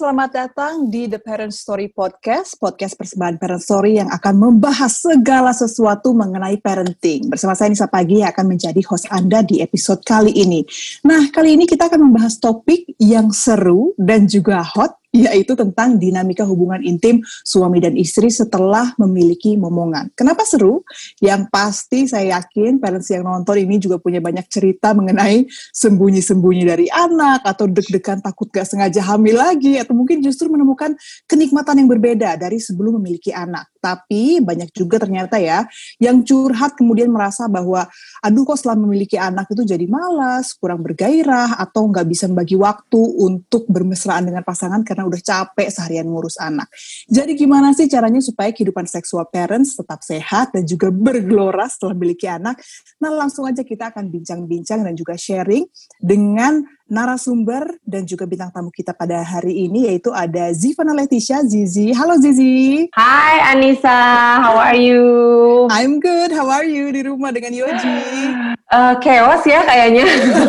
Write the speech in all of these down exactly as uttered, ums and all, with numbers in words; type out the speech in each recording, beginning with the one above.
selamat datang di The Parent Story Podcast, podcast persembahan Parent Story yang akan membahas segala sesuatu mengenai parenting. Bersama saya Nisa Pagi yang akan menjadi host Anda di episode kali ini. Nah, kali ini kita akan membahas topik yang seru dan juga hot, yaitu tentang dinamika hubungan intim suami dan istri setelah memiliki momongan. Kenapa seru? Yang pasti saya yakin parents yang nonton ini juga punya banyak cerita mengenai sembunyi-sembunyi dari anak, atau deg-degan takut gak sengaja hamil lagi, atau mungkin justru menemukan kenikmatan yang berbeda dari sebelum memiliki anak. Tapi banyak juga ternyata ya, yang curhat kemudian merasa bahwa, aduh kok setelah memiliki anak itu jadi malas, kurang bergairah, atau gak bisa membagi waktu untuk bermesraan dengan pasangan karena udah capek seharian ngurus anak. Jadi gimana sih caranya supaya kehidupan seksual parents tetap sehat dan juga bergelora setelah memiliki anak? Nah, langsung aja kita akan bincang-bincang dan juga sharing dengan narasumber dan juga bintang tamu kita pada hari ini, yaitu ada Zivana Leticia, Zizi. Halo Zizi. Hai Anissa, how are you? I'm good, how are you di rumah dengan Yoji? Uh, chaos ya kayaknya.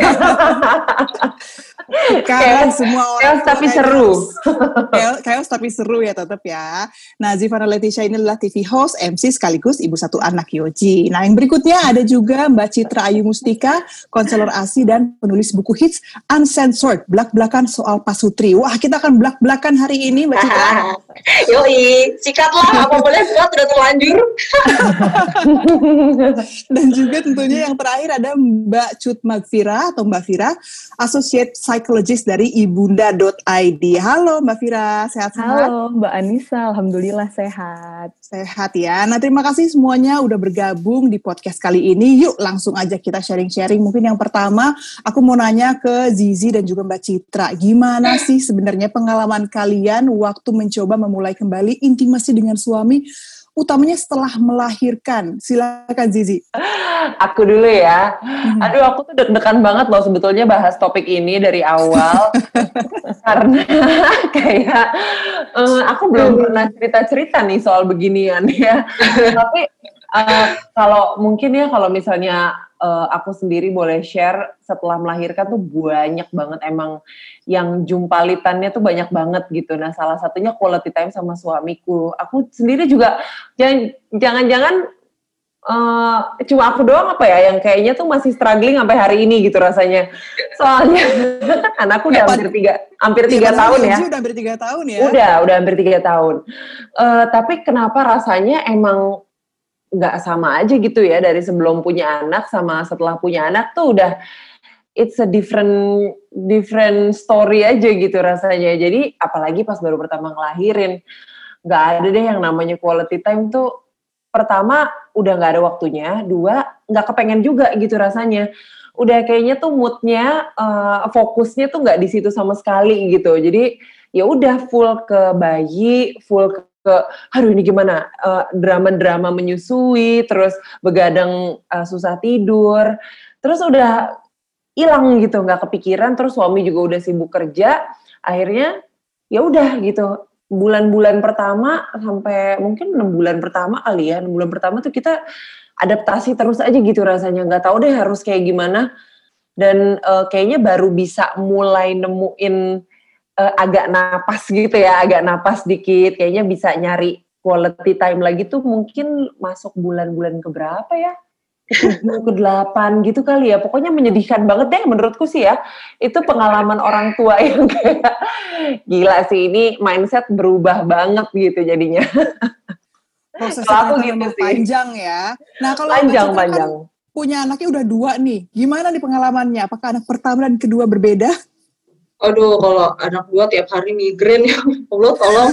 Sekarang semua orang chaos tapi seru. Chaos, chaos tapi seru ya tetap ya. Nah, Zivana Leticia ini adalah T V host, M C sekaligus ibu satu anak Yoji. Nah, yang berikutnya ada juga Mbak Citra Ayu Mustika, konselor A S I dan penulis buku hits Uncensored, Blak-Blakan Soal Pasutri. Wah, kita akan blak-blakan hari ini Mbak Citra. Yoi, sikatlah, apa boleh buat udah terlanjur. Dan juga tentunya yang terakhir ada Mbak Cut Magfira atau Mbak Fira, Associate Psychologist dari ibunda dot i d. Halo Mbak Fira, sehat-sehat? Halo Mbak Anissa, alhamdulillah sehat. Sehat ya. Nah, terima kasih semuanya udah bergabung di podcast kali ini. Yuk langsung aja kita sharing-sharing. Mungkin yang pertama aku mau nanya ke Zizi dan juga Mbak Citra. Gimana sih sebenarnya pengalaman kalian waktu mencoba memulai kembali intimasi dengan suami, utamanya setelah melahirkan? Silakan Zizi. Aku dulu ya. Aduh, aku tuh deg-degan banget loh sebetulnya bahas topik ini dari awal. Karena kayak uh, aku belum pernah cerita-cerita nih soal beginian ya. Tapi uh, kalau mungkin ya kalau misalnya uh, aku sendiri boleh share, setelah melahirkan tuh banyak banget emang yang jumpalitannya tuh banyak banget gitu. Nah, salah satunya quality time sama suamiku. Aku sendiri juga jangan-jangan Uh, cuma aku doang apa ya yang kayaknya tuh masih struggling sampai hari ini gitu rasanya. Soalnya anakku udah hampir tiga hampir tiga tahun ya. Udah hampir tiga tahun ya. Udah udah hampir tiga tahun. Uh, tapi kenapa rasanya emang nggak sama aja gitu ya dari sebelum punya anak sama setelah punya anak tuh udah it's a different different story aja gitu rasanya. Jadi apalagi pas baru pertama ngelahirin, nggak ada deh yang namanya quality time tuh. Pertama, udah gak ada waktunya. Dua, gak kepengen juga gitu rasanya. Udah kayaknya tuh moodnya, uh, fokusnya tuh gak di situ sama sekali gitu. Jadi, ya udah full ke bayi, full ke, ke aduh ini gimana, uh, drama-drama menyusui, terus begadang uh, susah tidur. Terus udah hilang gitu, gak kepikiran. Terus suami juga udah sibuk kerja. Akhirnya, ya udah gitu. Bulan-bulan pertama sampai mungkin enam bulan pertama kali ya, enam bulan pertama tuh kita adaptasi terus aja gitu rasanya, nggak tahu deh harus kayak gimana, dan uh, kayaknya baru bisa mulai nemuin uh, agak napas gitu ya, agak napas dikit, kayaknya bisa nyari quality time lagi tuh mungkin masuk bulan-bulan keberapa ya? ke delapan gitu kali ya, pokoknya menyedihkan banget deh menurutku sih ya. Itu pengalaman orang tua yang kayak gila sih, ini mindset berubah banget gitu jadinya. Prosesnya aku gitu sih panjang ya. Nah, kalau panjang kan panjang punya anaknya udah dua nih, gimana nih pengalamannya? Apakah anak pertama dan kedua berbeda? Aduh, kalau anak dua tiap hari migrain ya Allah tolong.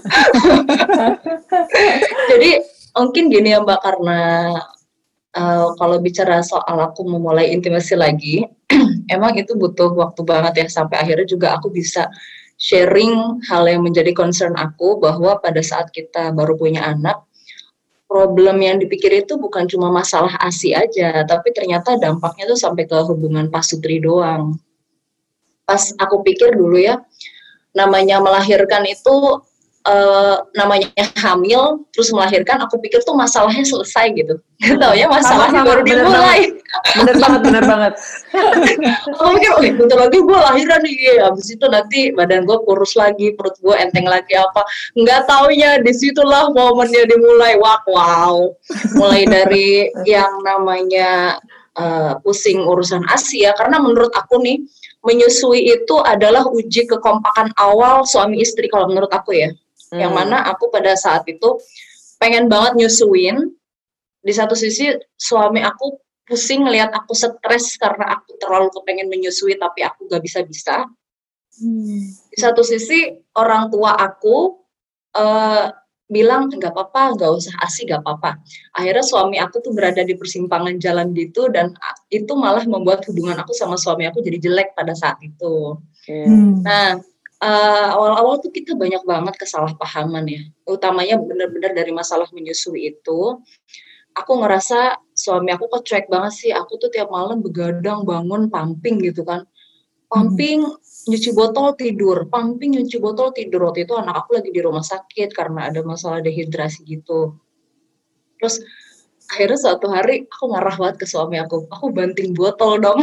Jadi mungkin gini ya Mbak, karena Uh, kalau bicara soal aku memulai intimasi lagi, emang itu butuh waktu banget ya, sampai akhirnya juga aku bisa sharing hal yang menjadi concern aku, bahwa pada saat kita baru punya anak, problem yang dipikir itu bukan cuma masalah A S I aja, tapi ternyata dampaknya tuh sampai ke hubungan pasutri doang. Pas aku pikir dulu ya, namanya melahirkan itu Uh, namanya hamil terus melahirkan, aku pikir tuh masalahnya selesai gitu. Gak tau ya, masalahnya baru dimulai. Bener banget, bener banget. Aku mikir, oh bentar lagi gue lahiran nih, habis itu nanti badan gue kurus lagi, perut gue enteng lagi apa. Nggak taunya disitulah momennya dimulai, wah wow. Mulai dari yang namanya uh, pusing urusan A S I ya, karena menurut aku nih, menyusui itu adalah uji kekompakan awal suami istri kalau menurut aku ya. Hmm. Yang mana aku pada saat itu pengen banget nyusuin, di satu sisi suami aku pusing ngelihat aku stres karena aku terlalu kepengen menyusui tapi aku gak bisa-bisa. Hmm. Di satu sisi orang tua aku uh, bilang nggak apa-apa, nggak usah A S I, nggak apa-apa. Akhirnya suami aku tuh berada di persimpangan jalan gitu dan itu malah membuat hubungan aku sama suami aku jadi jelek pada saat itu. Hmm. Nah, uh, awal-awal tuh kita banyak banget kesalahpahaman ya, utamanya benar-benar dari masalah menyusui itu. Aku ngerasa suami aku kok cuek banget sih, aku tuh tiap malam begadang bangun pumping gitu kan, pumping hmm. nyuci botol tidur, pumping nyuci botol tidur. Waktu itu anak aku lagi di rumah sakit karena ada masalah dehidrasi gitu. Terus akhirnya suatu hari aku marah banget ke suami aku, aku banting botol dong.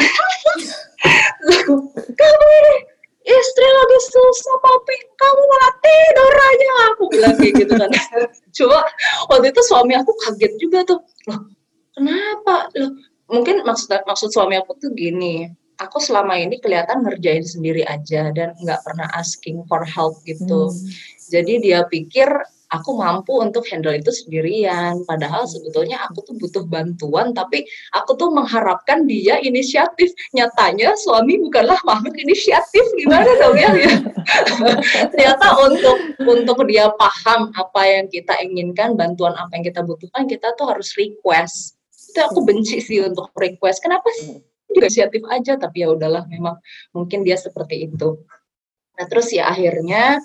Kamu ini istri lagi susah pumping, kamu malah tidur aja, aku bilang kayak gitu kan. Cuma waktu itu suami aku kaget juga tuh, loh kenapa? Loh mungkin maksud maksud suami aku tuh gini, aku selama ini kelihatan ngerjain sendiri aja dan nggak pernah asking for help gitu. Hmm. Jadi dia pikir aku mampu untuk handle itu sendirian. Padahal sebetulnya aku tuh butuh bantuan, tapi aku tuh mengharapkan dia inisiatif. Nyatanya suami bukanlah makhluk inisiatif, gimana dong ya? Ternyata untuk untuk dia paham apa yang kita inginkan, bantuan apa yang kita butuhkan, kita tuh harus request. Itu aku benci sih untuk request. Kenapa sih? Inisiatif aja, tapi ya udahlah, memang mungkin dia seperti itu. Nah terus ya akhirnya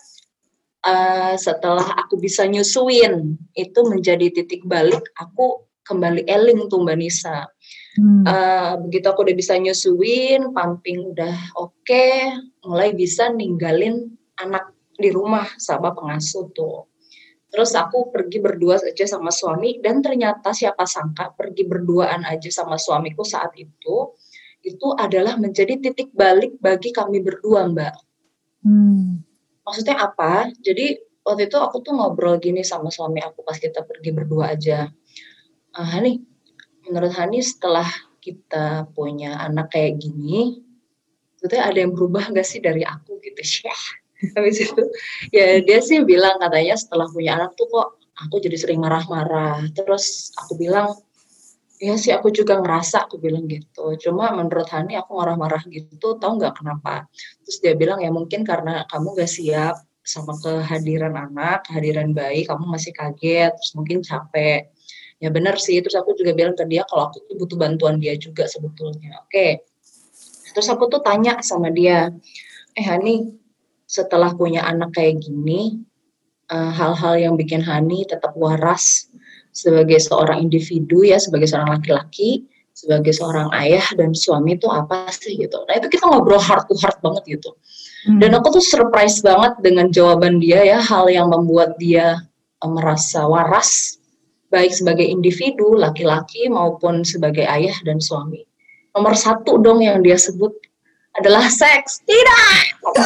uh, setelah aku bisa nyusuin, itu menjadi titik balik aku kembali eling tuh Mbak Nisa. Hmm. Uh, begitu aku udah bisa nyusuin, pumping udah oke, okay, mulai bisa ninggalin anak di rumah sama pengasuh tuh. Terus aku pergi berdua aja sama suami, dan ternyata siapa sangka pergi berduaan aja sama suamiku saat itu, itu adalah menjadi titik balik bagi kami berdua, Mbak. Hmm. Maksudnya apa? Jadi waktu itu aku tuh ngobrol gini sama suami aku pas kita pergi berdua aja. Ah, Hani, menurut Hani setelah kita punya anak kayak gini, sebetulnya ada yang berubah gak sih dari aku gitu sih? Habis itu ya dia sih bilang katanya setelah punya anak tuh kok aku jadi sering marah-marah. Terus aku bilang, iya sih aku juga ngerasa, aku bilang gitu. Cuma menurut Hani aku marah-marah gitu, tahu nggak kenapa? Terus dia bilang ya mungkin karena kamu nggak siap sama kehadiran anak, kehadiran bayi, kamu masih kaget, terus mungkin capek. Ya benar sih, terus aku juga bilang ke dia kalau aku tuh butuh bantuan dia juga sebetulnya. Oke, terus aku tuh tanya sama dia, eh Hani, setelah punya anak kayak gini, uh, hal-hal yang bikin Hani tetap waras sebagai seorang individu ya, sebagai seorang laki-laki, sebagai seorang ayah dan suami itu apa sih gitu. Nah itu kita ngobrol heart to heart banget gitu. Hmm. Dan aku tuh surprise banget dengan jawaban dia ya, hal yang membuat dia uh, merasa waras, baik sebagai individu, laki-laki maupun sebagai ayah dan suami. Nomor satu dong yang dia sebut adalah seks. Tidak!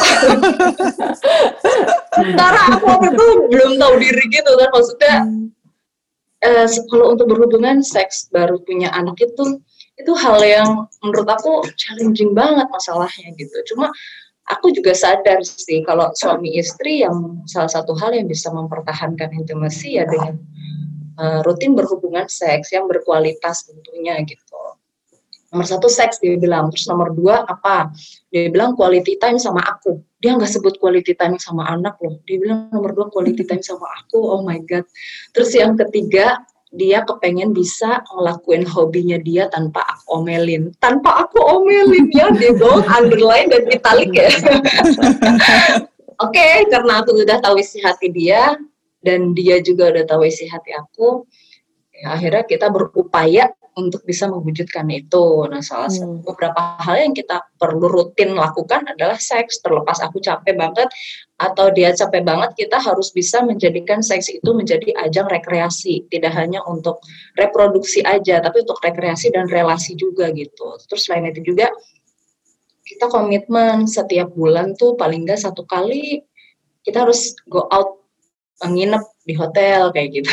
Sementara aku waktu itu belum tahu diri gitu kan, maksudnya hmm. Uh, kalau untuk berhubungan seks baru punya anak itu itu hal yang menurut aku challenging banget masalahnya gitu. Cuma aku juga sadar sih kalau suami istri yang salah satu hal yang bisa mempertahankan intimasi ya dengan uh, rutin berhubungan seks yang berkualitas tentunya gitu. Nomor satu seks dia bilang, terus nomor dua apa? Dia bilang quality time sama aku. Dia nggak sebut quality time sama anak loh. Dia bilang nomor dua quality time sama aku. Oh my god. Terus yang ketiga dia kepengen bisa ngelakuin hobinya dia tanpa aku omelin. Tanpa aku omelin ya, dia bold, underline dan italic ya. Oke, okay, karena aku udah tahu isi hati dia dan dia juga udah tahu isi hati aku. Ya, akhirnya kita berupaya untuk bisa mewujudkan itu. Nah, salah satu hmm. beberapa hal yang kita perlu rutin lakukan adalah seks. Terlepas aku capek banget atau dia capek banget, kita harus bisa menjadikan seks itu menjadi ajang rekreasi. Tidak hanya untuk reproduksi aja, tapi untuk rekreasi dan relasi juga gitu. Terus selain itu juga, kita komitmen setiap bulan tuh paling nggak satu kali kita harus go out, nginep di hotel kayak gitu.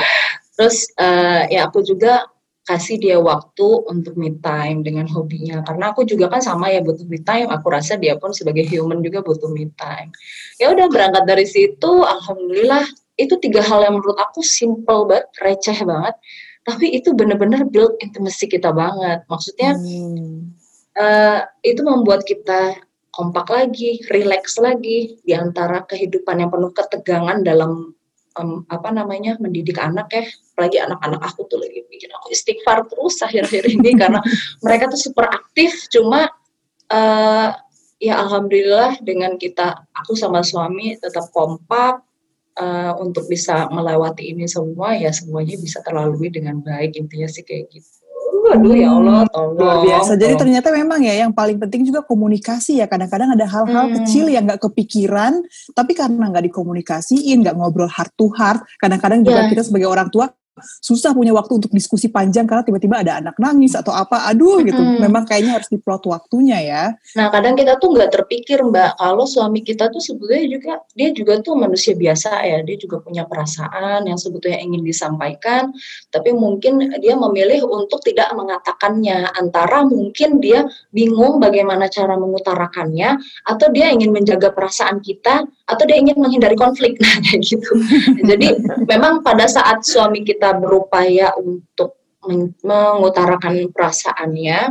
Terus uh, ya aku juga kasih dia waktu untuk me time dengan hobinya, karena aku juga kan sama ya butuh me time. Aku rasa dia pun sebagai human juga butuh me time. Ya udah, berangkat dari situ, alhamdulillah itu tiga hal yang menurut aku simple banget, receh banget, tapi itu benar-benar build intimacy kita banget. Maksudnya hmm. uh, itu membuat kita kompak lagi, relax lagi di antara kehidupan yang penuh ketegangan dalam um, apa namanya mendidik anak ya. Apalagi anak-anak aku tuh lagi bikin aku istighfar terus akhir-akhir ini karena mereka tuh super aktif. Cuma uh, ya alhamdulillah dengan kita, aku sama suami tetap kompak uh, untuk bisa melewati ini semua, ya semuanya bisa terlalui dengan baik, intinya sih kayak gitu. Aduh ya Allah, tolong. Luar biasa. Jadi ternyata memang ya yang paling penting juga komunikasi ya. Kadang-kadang ada hal-hal hmm. kecil yang gak kepikiran, tapi karena gak dikomunikasiin, gak ngobrol heart to heart, kadang-kadang juga yeah. kita sebagai orang tua susah punya waktu untuk diskusi panjang karena tiba-tiba ada anak nangis atau apa, aduh gitu. Mm-hmm. Memang kayaknya harus diplot waktunya ya. Nah kadang kita tuh nggak terpikir Mbak, kalau suami kita tuh sebetulnya juga, dia juga tuh manusia biasa ya, dia juga punya perasaan yang sebetulnya ingin disampaikan, tapi mungkin dia memilih untuk tidak mengatakannya, antara mungkin dia bingung bagaimana cara mengutarakannya, atau dia ingin menjaga perasaan kita, atau dia ingin menghindari konflik, nah kayak gitu. Jadi memang pada saat suami kita berupaya untuk mengutarakan perasaannya,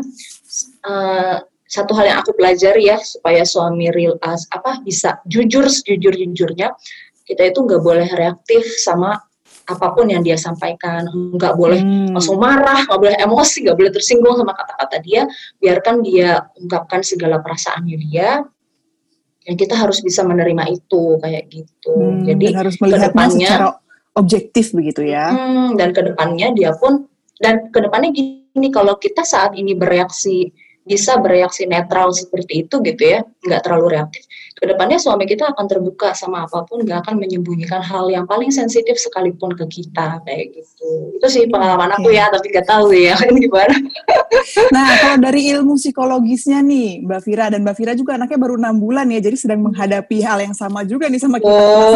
uh, satu hal yang aku pelajari ya, supaya suami real uh, apa bisa jujur sejujur-jujurnya, kita itu nggak boleh reaktif sama apapun yang dia sampaikan, nggak boleh hmm. langsung marah, nggak boleh emosi, nggak boleh tersinggung sama kata-kata dia, biarkan dia ungkapkan segala perasaannya dia. Yang kita harus bisa menerima itu kayak gitu. Hmm, jadi harus melihatnya secara objektif begitu ya. Hmm, dan kedepannya dia pun, dan kedepannya gini, kalau kita saat ini bereaksi, bisa bereaksi netral seperti itu gitu ya, nggak terlalu reaktif, kedepannya suami kita akan terbuka sama apapun, nggak akan menyembunyikan hal yang paling sensitif sekalipun ke kita kayak gitu. Itu sih pengalaman okay. aku ya, tapi nggak tahu ya ini gimana. Nah kalau dari ilmu psikologisnya nih Mbak Fira, dan Mbak Fira juga anaknya baru enam bulan ya, jadi sedang menghadapi hal yang sama juga nih sama kita.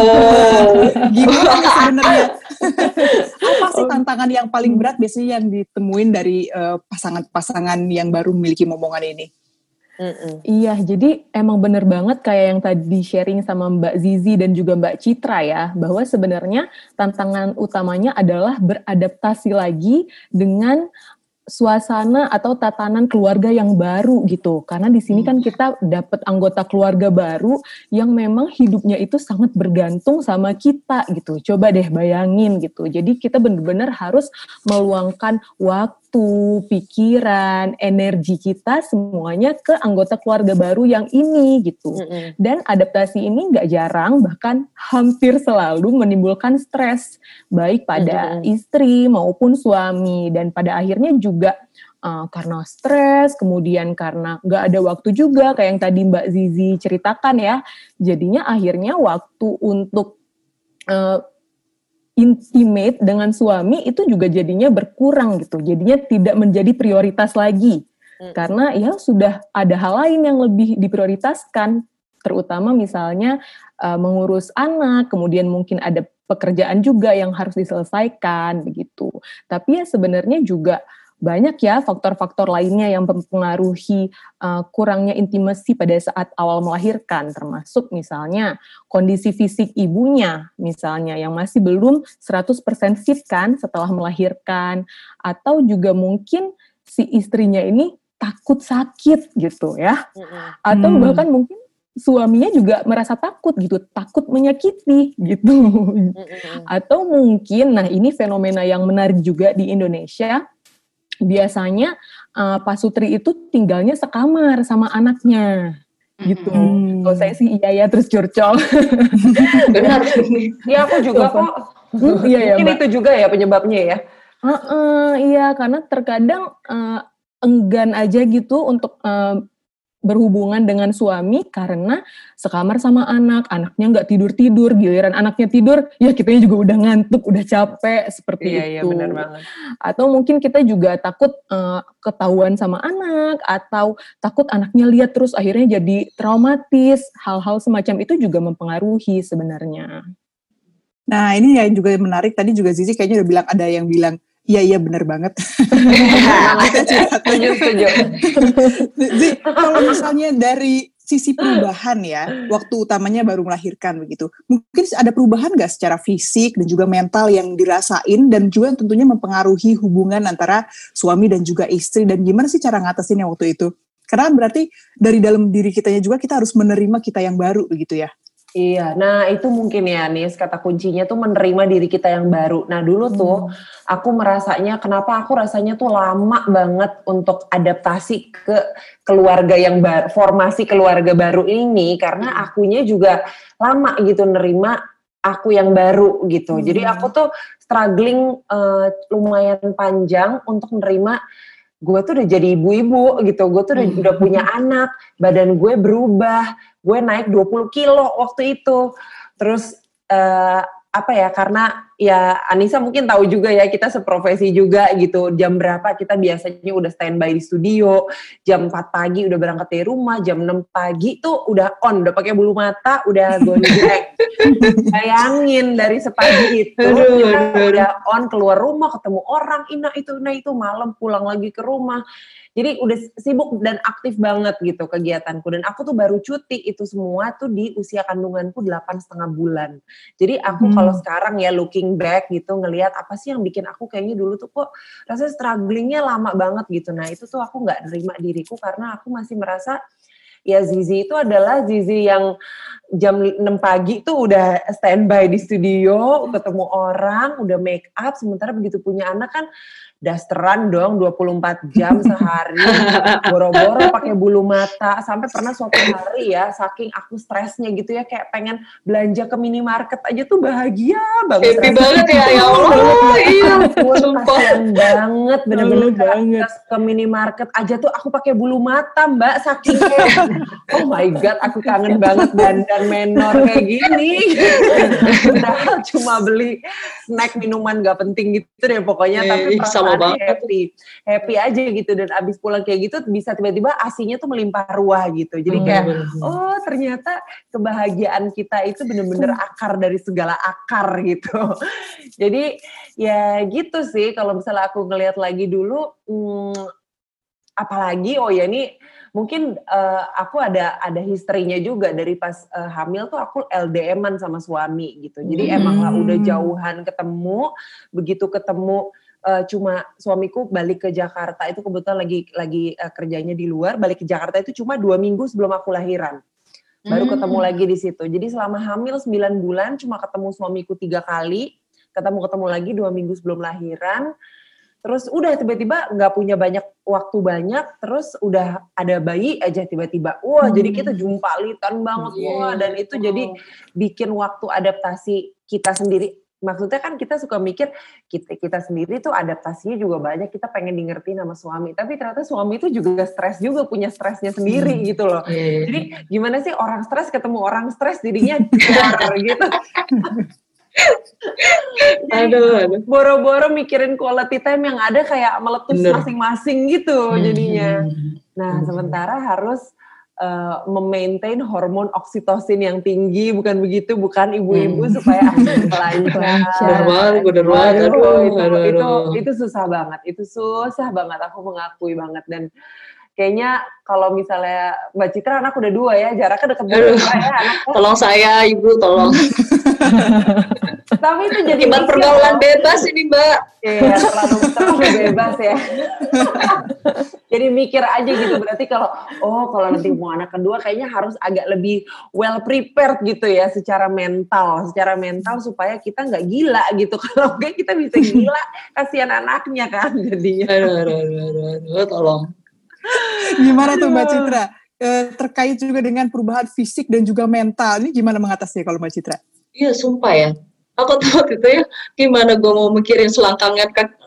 Oh. Gimana nih sebenarnya? Apa sih tantangan yang paling berat biasanya yang ditemuin dari uh, pasangan-pasangan yang baru memiliki momongan ini? Mm-mm. Iya, jadi emang bener banget kayak yang tadi sharing sama Mbak Zizi dan juga Mbak Citra ya, bahwa sebenarnya tantangan utamanya adalah beradaptasi lagi dengan suasana atau tatanan keluarga yang baru gitu. Karena di sini kan kita dapat anggota keluarga baru yang memang hidupnya itu sangat bergantung sama kita gitu. Coba deh bayangin gitu. Jadi kita benar-benar harus meluangkan waktu, pikiran, energi kita semuanya ke anggota keluarga baru yang ini gitu. Mm-hmm. Dan adaptasi ini nggak jarang, bahkan hampir selalu menimbulkan stres, baik pada mm-hmm. istri maupun suami. Dan pada akhirnya juga uh, karena stres, kemudian karena nggak ada waktu juga, kayak yang tadi Mbak Zizi ceritakan ya, jadinya akhirnya waktu untuk uh, intimate dengan suami itu juga jadinya berkurang gitu, jadinya tidak menjadi prioritas lagi, hmm. karena ya sudah ada hal lain yang lebih diprioritaskan, terutama misalnya uh, mengurus anak, kemudian mungkin ada pekerjaan juga yang harus diselesaikan begitu. Tapi ya sebenarnya juga banyak ya faktor-faktor lainnya yang mempengaruhi uh, kurangnya intimasi pada saat awal melahirkan, termasuk misalnya kondisi fisik ibunya, misalnya yang masih belum seratus persen fit kan setelah melahirkan, atau juga mungkin si istrinya ini takut sakit gitu ya, atau hmm. bahkan mungkin suaminya juga merasa takut gitu, takut menyakiti gitu, atau mungkin, nah ini fenomena yang menarik juga di Indonesia. Biasanya uh, Pak Sutri itu tinggalnya sekamar sama anaknya, gitu. Hmm. Kalau saya sih iya ya terus curcol. Benar. Ya aku juga kok. Hmm, iya, Mungkin ya, itu juga ya penyebabnya ya. Uh-uh, iya, karena terkadang uh, enggan aja gitu untuk uh, berhubungan dengan suami karena sekamar sama anak, anaknya nggak tidur-tidur, giliran anaknya tidur, ya kitanya juga udah ngantuk, udah capek, seperti iya, itu. Iya, benar banget. Atau mungkin kita juga takut uh, ketahuan sama anak, atau takut anaknya lihat terus akhirnya jadi traumatis, hal-hal semacam itu juga mempengaruhi sebenarnya. Nah ini yang juga menarik, tadi juga Zizi kayaknya udah bilang, ada yang bilang, iya iya benar banget. Setuju, setuju. Zi, kalau misalnya dari sisi perubahan ya, waktu utamanya baru melahirkan begitu, mungkin ada perubahan nggak secara fisik dan juga mental yang dirasain dan juga tentunya mempengaruhi hubungan antara suami dan juga istri, dan gimana sih cara ngatasinnya waktu itu? Karena berarti dari dalam diri kitanya juga kita harus menerima kita yang baru begitu ya. Iya, nah itu mungkin ya Nis, kata kuncinya tuh menerima diri kita yang baru. Nah dulu tuh hmm. aku merasanya, kenapa aku rasanya tuh lama banget untuk adaptasi ke keluarga yang baru, formasi keluarga baru ini, karena akunya juga lama gitu nerima aku yang baru gitu. Hmm. Jadi aku tuh struggling uh, lumayan panjang untuk menerima gue tuh udah jadi ibu-ibu gitu, gue tuh udah, hmm. udah punya anak, badan gue berubah, gue naik dua puluh kilo waktu itu. Terus uh, apa ya, karena ya Anissa mungkin tahu juga ya, kita seprofesi juga gitu, jam berapa kita biasanya udah standby di studio, jam empat pagi udah berangkat dari rumah, jam enam pagi tuh udah on, udah pakai bulu mata, udah gondreng. Bayangin dari sepagi itu aduh, kita aduh. udah on keluar rumah, ketemu orang, ina itu, ina itu, malam pulang lagi ke rumah. Jadi udah sibuk dan aktif banget gitu kegiatanku. Dan aku tuh baru cuti itu semua tuh di usia kandunganku delapan setengah bulan. Jadi aku hmm. kalau sekarang ya looking back gitu, ngelihat apa sih yang bikin aku kayaknya dulu tuh kok rasanya strugglingnya lama banget gitu. Nah itu tuh aku gak nerima diriku karena aku masih merasa ya Zizi itu adalah Zizi yang jam enam pagi tuh udah standby di studio, ketemu orang, udah make up, sementara begitu punya anak kan dasteran dong dua puluh empat jam sehari, boro-boro pakai bulu mata, sampai pernah suatu hari ya, saking aku stresnya gitu ya, kayak pengen belanja ke minimarket aja tuh bahagia banget. Happy banget ya, ya Allah, iya, kasian banget, bener-bener banget. Ke minimarket aja tuh aku pakai bulu mata mbak, saking kayak, oh my god, aku kangen banget dandan menor kayak gini. Padahal cuma beli snack minuman gak penting gitu deh pokoknya, tapi perasaan happy, happy aja gitu. Dan abis pulang kayak gitu bisa tiba-tiba asinya tuh melimpah ruah gitu. Jadi kayak hmm. oh ternyata kebahagiaan kita itu bener-bener akar dari segala akar gitu. Jadi ya gitu sih kalau misalnya aku ngelihat lagi dulu, hmm, apalagi oh ya ini mungkin uh, aku ada ada historinya juga dari pas uh, hamil tuh aku L D M-an sama suami gitu. Jadi hmm. emang lah udah jauhan ketemu, begitu ketemu uh, cuma suamiku balik ke Jakarta itu kebetulan lagi lagi uh, kerjanya di luar, balik ke Jakarta itu cuma dua minggu sebelum aku lahiran. Baru hmm. ketemu lagi di situ. Jadi selama hamil sembilan bulan cuma ketemu suamiku tiga kali, ketemu-ketemu lagi dua minggu sebelum lahiran. Terus udah tiba-tiba nggak punya banyak waktu banyak, terus udah ada bayi aja tiba-tiba. Wah, hmm. jadi kita jumpalitan banget. Yeah. Wah, dan itu oh. jadi bikin waktu adaptasi kita sendiri. Maksudnya kan kita suka mikir, kita, kita sendiri tuh adaptasinya juga banyak, kita pengen di ngerti sama suami. Tapi ternyata suami itu juga stres juga, punya stresnya sendiri hmm. gitu loh. Yeah. Jadi gimana sih orang stres ketemu orang stres jadinya gitu. Aduh, aduh. Boro-boro mikirin quality time yang ada kayak meletus Bener. masing-masing gitu jadinya. Nah, sementara harus uh, memaintain hormon oksitosin yang tinggi, bukan begitu, bukan ibu-ibu hmm. supaya lancar. Bener banget, bener banget. Aduh, aduh, itu, aduh, itu, aduh. itu susah banget, itu susah banget, aku mengakui banget. Dan kayaknya kalau misalnya Mbak Citra anak udah dua ya, jaraknya deket banget ya anaknya. Tolong saya, Ibu, tolong. Tapi itu jadi akibat pergaulan bebas ini Mbak. Iya, terlalu, terlalu bebas ya. Jadi mikir aja gitu, berarti kalau oh kalau nanti mau anak kedua kayaknya harus agak lebih well prepared gitu ya secara mental, secara mental supaya kita nggak gila gitu. Kalau enggak kita bisa gila, kasihan anaknya kan jadinya. Aduh, aduh, aduh, aduh, aduh, tolong. Gimana tuh Mbak Citra? E, terkait juga dengan perubahan fisik dan juga mental, ini gimana mengatasinya kalau Mbak Citra? Iya, sumpah ya. Aku tahu gitu ya, gimana gue mau mikirin selangkangan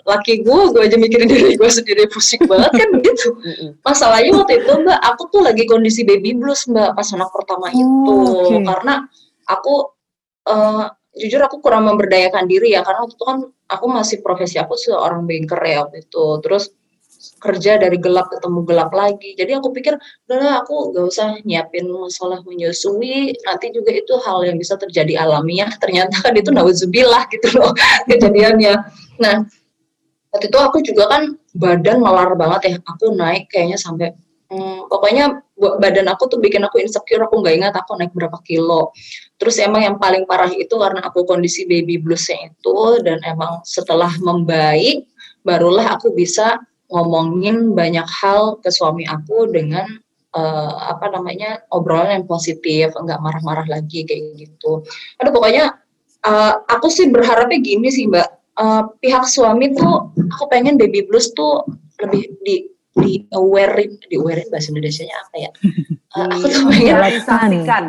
laki gue, gue aja mikirin diri gue sendiri pusing banget kan gitu. Masalahnya waktu itu Mbak, aku tuh lagi kondisi baby blues Mbak pas anak pertama Oh, itu, oke. karena aku eh, jujur aku kurang memberdayakan diri ya, karena waktu itu kan aku masih profesi aku seorang banker ya waktu itu, terus kerja dari gelap ketemu gelap lagi. Jadi aku pikir, udahlah aku gak usah nyiapin masalah menyusui, nanti juga itu hal yang bisa terjadi alamiah. Ternyata kan itu nauzubillah gitu loh kejadiannya. Nah, waktu itu aku juga kan badan melar banget ya. Aku naik kayaknya sampai, hmm, pokoknya badan aku tuh bikin aku insecure, aku gak ingat aku naik berapa kilo. Terus emang yang paling parah itu karena aku kondisi baby bluesnya itu, dan emang setelah membaik, barulah aku bisa ngomongin banyak hal ke suami aku dengan uh, apa namanya obrolan yang positif, nggak marah-marah lagi kayak gitu. Aduh pokoknya uh, aku sih berharapnya gini sih Mbak, uh, pihak suami tuh aku pengen baby blues tuh lebih di di aware di aware bahasa Indonesianya apa ya? Uh, aku tuh pengen Visualisasikan.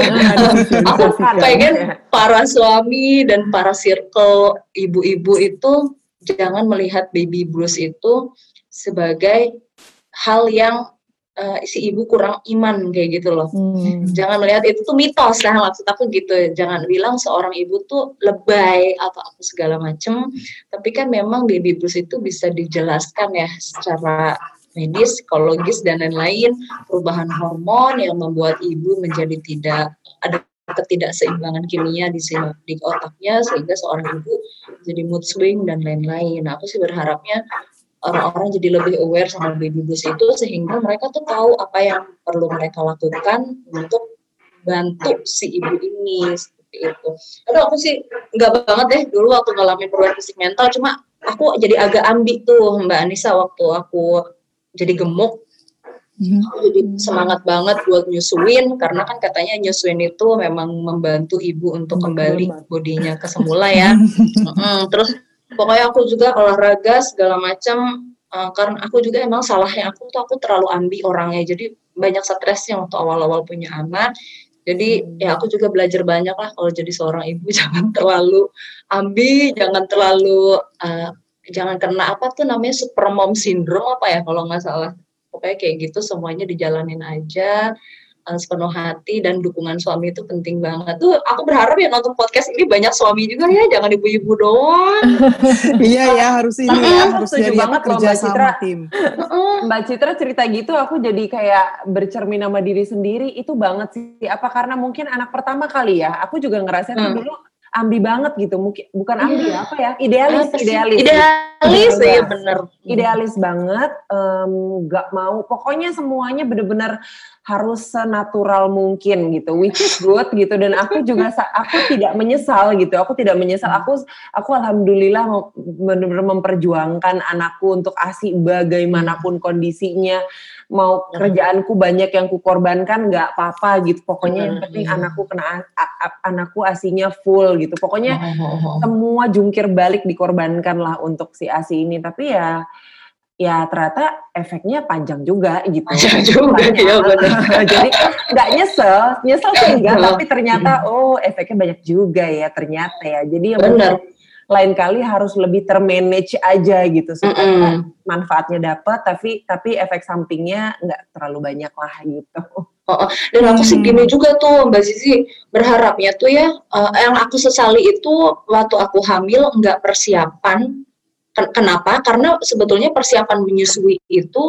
aku pengen para suami dan para circle ibu-ibu itu jangan melihat baby blues itu sebagai hal yang uh, si ibu kurang iman kayak gitu loh. Hmm. Jangan melihat itu tuh mitos lah, maksud aku gitu. Jangan bilang seorang ibu tuh lebay atau apa segala macem. Tapi kan memang baby blues itu bisa dijelaskan ya secara medis, psikologis dan lain-lain. Perubahan hormon yang membuat ibu menjadi tidak ada ketidakseimbangan kimia di, di otaknya sehingga seorang ibu jadi mood swing dan lain-lain. Nah, aku sih berharapnya orang-orang jadi lebih aware sama baby blues itu sehingga mereka tuh tahu apa yang perlu mereka lakukan untuk bantu si ibu ini seperti itu. Aduh aku sih nggak banget deh dulu waktu ngalamin perubahan fisik mental, cuma aku jadi agak ambi tuh Mbak Anissa waktu aku jadi gemuk. Aku jadi semangat banget buat nyusuin karena kan katanya nyusuin itu memang membantu ibu untuk kembali bodinya ke semula ya. mm-hmm. Terus pokoknya aku juga olahraga segala macam uh, karena aku juga emang salahnya aku tuh aku terlalu ambi orangnya, jadi banyak stresnya waktu awal-awal punya anak. Jadi hmm. ya aku juga belajar banyak lah kalau jadi seorang ibu jangan terlalu ambi, jangan terlalu uh, jangan kena apa tuh namanya super mom syndrome apa ya kalau nggak salah. Pokoknya kayak gitu semuanya dijalanin aja uh, sepenuh hati, dan dukungan suami itu penting banget. Tuh aku berharap ya nonton podcast ini banyak suami juga ya, jangan ibu-ibu doang. Iya ya, harus ini Tapi ya, aku harus setuju jadi banget loh kerja Mbak Citra. sama tim. Mbak Citra cerita gitu aku jadi kayak bercermin sama diri sendiri, itu banget sih. Apa karena mungkin anak pertama kali ya, aku juga ngerasa hmm. tuh dulu ambi banget gitu, mungkin bukan ambi ya, apa ya, idealis, idealis, idealis, ya bener, idealis banget, um, gak mau, pokoknya semuanya bener-bener harus senatural mungkin gitu, which is good gitu, dan aku juga aku tidak menyesal gitu, aku tidak menyesal, aku aku alhamdulillah bener-bener memperjuangkan anakku untuk A S I bagaimanapun kondisinya. Mau kerjaanku banyak yang kukorbankan nggak apa-apa gitu, pokoknya yang penting anakku kena anakku asinya full gitu, pokoknya semua jungkir balik dikorbankan lah untuk si asi ini. Tapi ya ya ternyata efeknya panjang juga gitu. Panjang juga ya benar. Jadi nggak nyesel, nyesel sih enggak, tapi ternyata oh efeknya banyak juga ya ternyata ya. Jadi ya benar. Lain kali harus lebih termanage aja gitu supaya mm-hmm. manfaatnya dapat, tapi tapi efek sampingnya nggak terlalu banyak lah gitu. Oh, dan aku sih gini juga tuh Mbak Zizi, berharapnya tuh ya uh, yang aku sesali itu waktu aku hamil nggak persiapan. Kenapa? Karena sebetulnya persiapan menyusui itu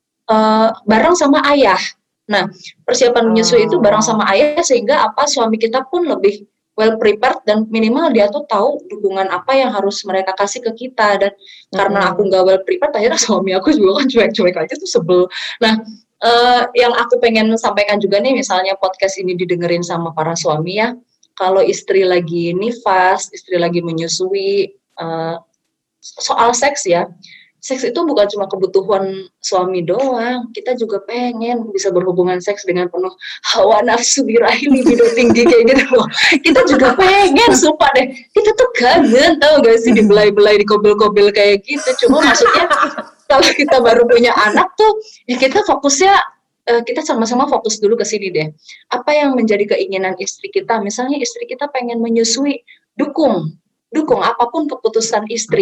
uh, bareng sama ayah. Nah, persiapan menyusui oh. itu bareng sama ayah sehingga apa suami kita pun lebih well prepared dan minimal dia tuh tahu dukungan apa yang harus mereka kasih ke kita, dan hmm. karena aku nggak well prepared akhirnya suami aku juga kan cuek-cuek aja tuh sebel. Nah uh, yang aku pengen sampaikan juga nih, misalnya podcast ini didengerin sama para suami ya, kalau istri lagi nifas, istri lagi menyusui, uh, soal seks ya, seks itu bukan cuma kebutuhan suami doang, kita juga pengen bisa berhubungan seks dengan penuh hawa nafsu birahi libido tinggi kayak gitu loh. Kita juga pengen, sumpah deh, kita tuh kangen, tau gak sih dibelai-belai, dikobel-kobel kayak gitu. Cuma maksudnya kalau kita baru punya anak tuh, ya kita fokusnya, kita sama-sama fokus dulu ke sini deh. Apa yang menjadi keinginan istri kita? Misalnya istri kita pengen menyusui, dukung, dukung apapun keputusan istri.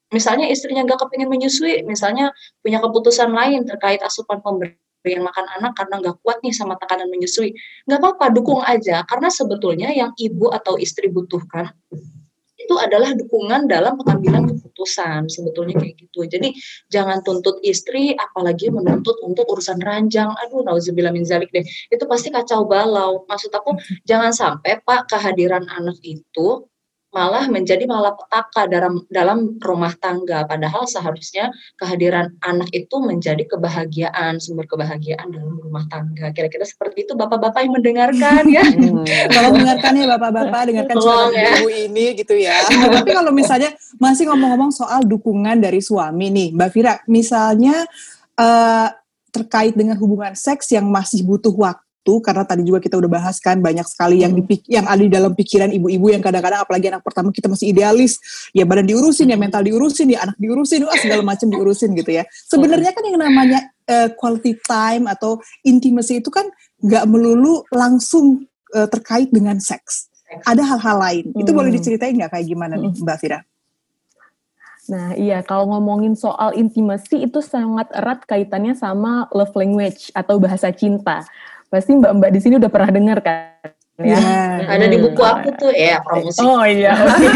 misalnya istrinya nggak kepingin menyusui, misalnya punya keputusan lain terkait asupan pemberian makan anak karena nggak kuat nih sama tekanan menyusui, nggak apa-apa, dukung aja. Karena sebetulnya yang ibu atau istri butuhkan itu adalah dukungan dalam pengambilan keputusan, sebetulnya kayak gitu. Jadi jangan tuntut istri, apalagi menuntut untuk urusan ranjang. Aduh, nauzubillah min zalik deh. Itu pasti kacau balau. Maksud aku, jangan sampai Pak kehadiran anak itu malah menjadi malapetaka dalam dalam rumah tangga. Padahal seharusnya kehadiran anak itu menjadi kebahagiaan, sumber kebahagiaan dalam rumah tangga. Kira-kira seperti itu bapak-bapak yang mendengarkan ya. Hmm. Kalau mendengarkan ya bapak-bapak, dengarkan cerita ya. ibu ini gitu ya. Nah, tapi kalau misalnya masih ngomong-ngomong soal dukungan dari suami nih, Mbak Fira, misalnya uh, terkait dengan hubungan seks yang masih butuh waktu, karena tadi juga kita udah bahas kan banyak sekali yang dipik- yang ada di dalam pikiran ibu-ibu yang kadang-kadang apalagi anak pertama kita masih idealis, ya badan diurusin, ya mental diurusin, ya anak diurusin, wah segala macam diurusin gitu ya. Sebenarnya kan yang namanya uh, quality time atau intimacy itu kan nggak melulu langsung uh, terkait dengan seks. Ada hal-hal lain. Itu Hmm. boleh diceritain nggak kayak gimana nih Mbak Fira? Nah iya, kalau ngomongin soal intimacy itu sangat erat kaitannya sama love language atau bahasa cinta. Pasti mbak-mbak di sini udah pernah dengar kan? Ya, Yeah. Ada di buku aku tuh ya promosi. Oh iya, oke.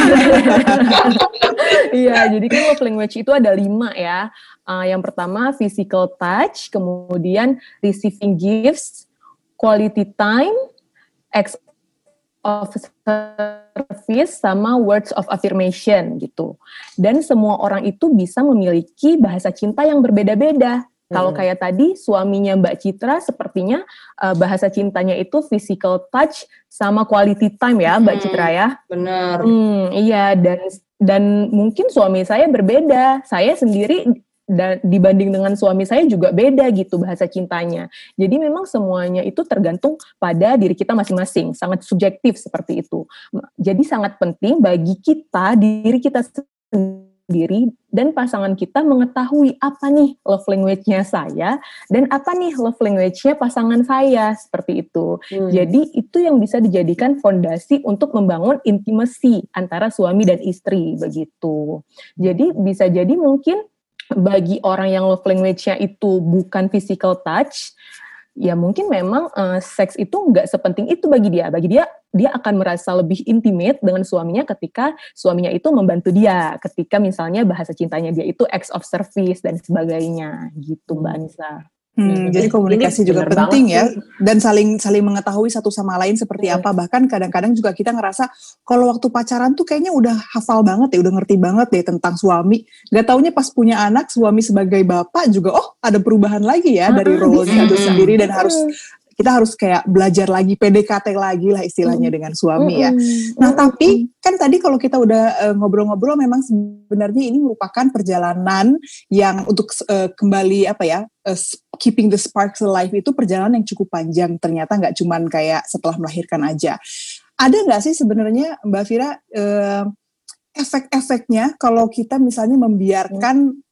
Iya, jadi kan love language itu ada lima ya. Uh, yang pertama physical touch, kemudian receiving gifts, quality time, acts of service, sama words of affirmation gitu. Dan semua orang itu bisa memiliki bahasa cinta yang berbeda-beda. Kalau kayak tadi suaminya Mbak Citra sepertinya uh, bahasa cintanya itu physical touch sama quality time ya Mbak hmm, Citra ya. Benar. Hmm, iya dan dan mungkin suami saya berbeda. Saya sendiri dan dibanding dengan suami saya juga beda gitu bahasa cintanya. Jadi memang semuanya itu tergantung pada diri kita masing-masing, sangat subjektif seperti itu. Jadi sangat penting bagi kita diri kita sendiri dan pasangan kita mengetahui apa nih love language-nya saya dan apa nih love language-nya pasangan saya, seperti itu. Hmm. Jadi itu yang bisa dijadikan fondasi untuk membangun intimacy antara suami dan istri, begitu. Jadi bisa jadi mungkin bagi orang yang love language-nya itu bukan physical touch, ya mungkin memang uh, seks itu nggak sepenting itu bagi dia. Bagi dia, dia akan merasa lebih intimate dengan suaminya ketika suaminya itu membantu dia. Ketika misalnya bahasa cintanya dia itu acts of service dan sebagainya, gitu Mbak Anissa. Hmm, jadi komunikasi juga penting ya, dan saling saling mengetahui satu sama lain seperti hmm. apa. Bahkan kadang-kadang juga kita ngerasa kalau waktu pacaran tuh kayaknya udah hafal banget ya, udah ngerti banget deh tentang suami. Gak taunya pas punya anak, suami sebagai bapak juga, oh ada perubahan lagi ya ah, dari role-nya itu sendiri dan harus kita harus kayak belajar lagi, P D K T lagi lah istilahnya mm. dengan suami ya. Nah mm. tapi kan tadi kalau kita udah uh, ngobrol-ngobrol memang sebenarnya ini merupakan perjalanan yang untuk uh, kembali apa ya, uh, keeping the sparks alive itu perjalanan yang cukup panjang ternyata, nggak cuman kayak setelah melahirkan aja. Ada nggak sih sebenarnya Mbak Fira uh, efek-efeknya kalau kita misalnya membiarkan mm.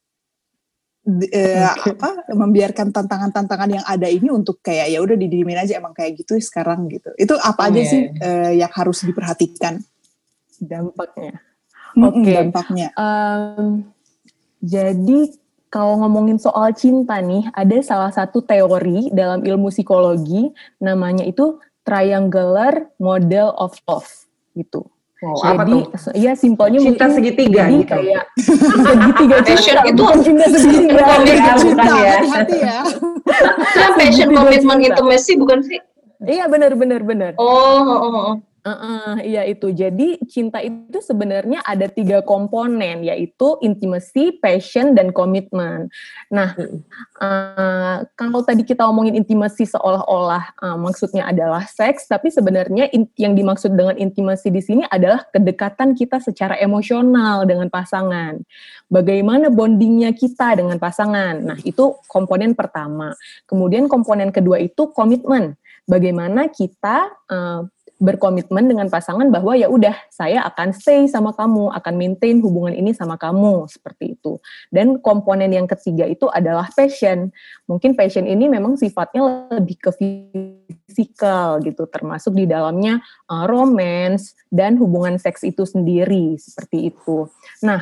Uh, okay. apa membiarkan tantangan-tantangan yang ada ini untuk kayak ya udah didiemin aja emang kayak gitu sekarang gitu. Itu apa oh, aja yeah. sih uh, yang harus diperhatikan dampaknya? Oke, okay. dampaknya. Um, jadi kalau ngomongin soal cinta nih, ada salah satu teori dalam ilmu psikologi namanya itu triangular model of love gitu. Wow, jadi, iya simpelnya cinta mungkin segitiga jadi gitu. Kayak segitiga passion cinta, itu cinta segitiga. Ya, bukan ya. Hati-hati ya. Itu passion, komitmen, intimacy bukan sih? Iya benar benar benar. Oh, oh, oh. Uh-uh, iya itu. Jadi cinta itu sebenarnya ada tiga komponen, yaitu intimacy, passion, dan komitmen. Nah, uh, kalau tadi kita ngomongin intimacy seolah-olah uh, maksudnya adalah seks, tapi sebenarnya in- yang dimaksud dengan intimacy di sini adalah kedekatan kita secara emosional dengan pasangan. Bagaimana bondingnya kita dengan pasangan. Nah, itu komponen pertama. Kemudian komponen kedua itu komitmen. Bagaimana kita uh, berkomitmen dengan pasangan bahwa ya udah saya akan stay sama kamu, akan maintain hubungan ini sama kamu, seperti itu. Dan komponen yang ketiga itu adalah passion. Mungkin passion ini memang sifatnya lebih ke fisikal gitu, termasuk di dalamnya uh, romance dan hubungan seks itu sendiri, seperti itu. Nah,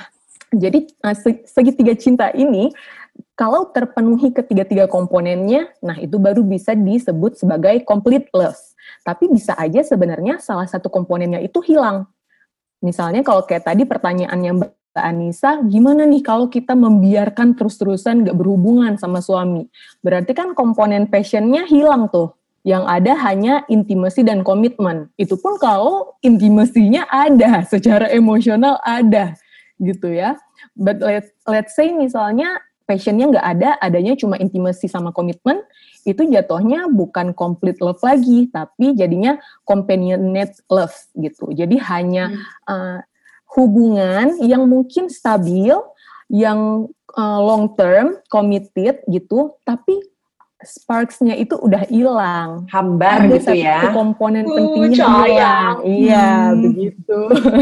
Jadi segitiga cinta ini kalau terpenuhi ketiga-tiga komponennya, nah itu baru bisa disebut sebagai complete love. Tapi bisa aja sebenarnya salah satu komponennya itu hilang. Misalnya kalau kayak tadi pertanyaannya Mbak Anissa, gimana nih kalau kita membiarkan terus-terusan gak berhubungan sama suami? Berarti kan komponen passionnya hilang tuh. Yang ada hanya intimacy dan komitmen. Itu pun kalau intimasinya ada, secara emosional ada, gitu ya. But let, let's say misalnya passionnya nggak ada, adanya cuma intimacy sama komitmen, itu jatuhnya bukan complete love lagi, tapi jadinya companionate love gitu. Jadi hanya hmm. uh, hubungan yang mungkin stabil, yang uh, long term, committed gitu, tapi sparks-nya itu udah hilang. Hambar ada gitu ya. Ada satu komponen uh, pentingnya hilang. Iya, hmm. begitu.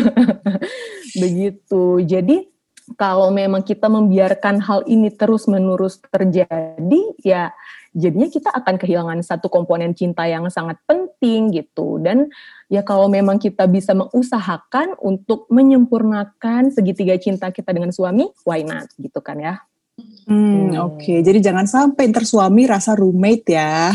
Begitu. Jadi kalau memang kita membiarkan hal ini terus-menerus terjadi, ya jadinya kita akan kehilangan satu komponen cinta yang sangat penting gitu. Dan ya kalau memang kita bisa mengusahakan untuk menyempurnakan segitiga cinta kita dengan suami, why not gitu kan ya. Hmm, hmm. Oke, okay. Jadi jangan sampai ntar suami rasa roommate ya.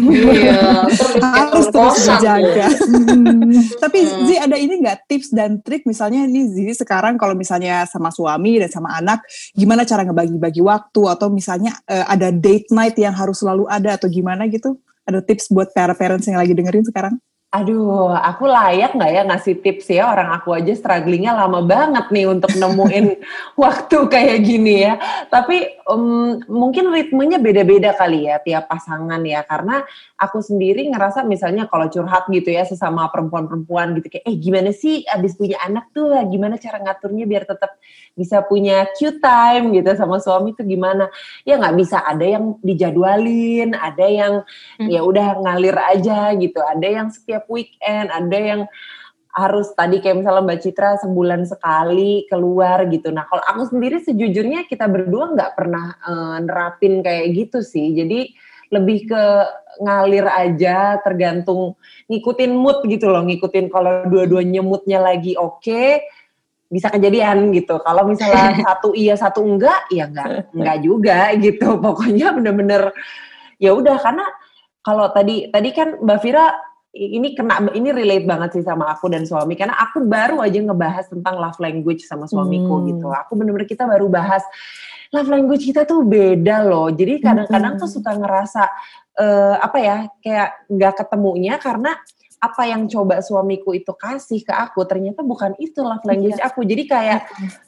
Iya, harus terus dijaga. hmm. Tapi Zi, ada ini nggak tips dan trik misalnya ini Zi sekarang kalau misalnya sama suami dan sama anak, gimana cara ngebagi-bagi waktu atau misalnya uh, ada date night yang harus selalu ada atau gimana gitu? Ada tips buat para parents yang lagi dengerin sekarang? Aduh, aku layak gak ya ngasih tips ya? Orang aku aja strugglingnya lama banget nih untuk nemuin waktu kayak gini ya. Tapi um, mungkin ritmenya beda-beda kali ya tiap pasangan ya. Karena aku sendiri ngerasa misalnya kalau curhat gitu ya sesama perempuan-perempuan gitu. Kayak eh gimana sih abis punya anak tuh gimana cara ngaturnya biar tetap bisa punya cute time gitu sama suami tuh gimana. Ya gak bisa, ada yang dijadwalin, ada yang hmm. ya udah ngalir aja gitu. Ada yang setiap weekend, ada yang harus tadi kayak misalnya Mbak Citra sebulan sekali keluar gitu. Nah kalau aku sendiri sejujurnya kita berdua nggak pernah uh, nerapin kayak gitu sih. Jadi lebih ke ngalir aja, tergantung ngikutin mood gitu loh. Ngikutin kalau dua-duanya moodnya lagi oke, okay, bisa kejadian gitu. Kalau misalnya satu iya satu enggak, ya enggak enggak juga gitu. Pokoknya bener-bener ya udah, karena kalau tadi tadi kan Mbak Vira ini kena, ini relate banget sih sama aku dan suami, karena aku baru aja ngebahas tentang love language sama suamiku hmm. gitu. Aku bener-bener kita baru bahas love language kita tuh beda loh. Jadi kadang-kadang hmm. tuh suka ngerasa uh, apa ya, kayak nggak ketemunya karena apa yang coba suamiku itu kasih ke aku ternyata bukan itu love language yeah. aku. Jadi kayak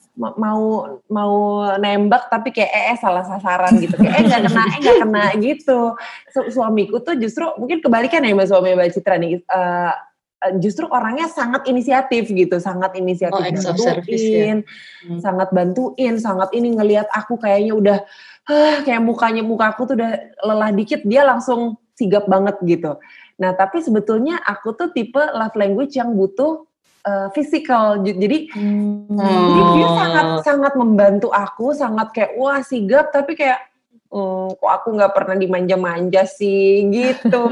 mau mau nembak tapi kayak eh, eh salah sasaran gitu, kayak eh nggak kena eh nggak kena gitu. Su- suamiku tuh justru mungkin kebalikan ya Mbak suami Mbak Citra nih, uh, justru orangnya sangat inisiatif gitu, sangat inisiatif oh, bantuin, ya? hmm. sangat bantuin, sangat ini ngelihat aku kayaknya udah uh, kayak mukanya muka aku tuh udah lelah dikit dia langsung sigap banget gitu. Nah tapi sebetulnya aku tuh tipe love language yang butuh Uh, physical, jadi hmm. jadi dia sangat sangat membantu aku, sangat kayak wah sigap, tapi kayak hmm, kok aku nggak pernah dimanja-manja sih gitu,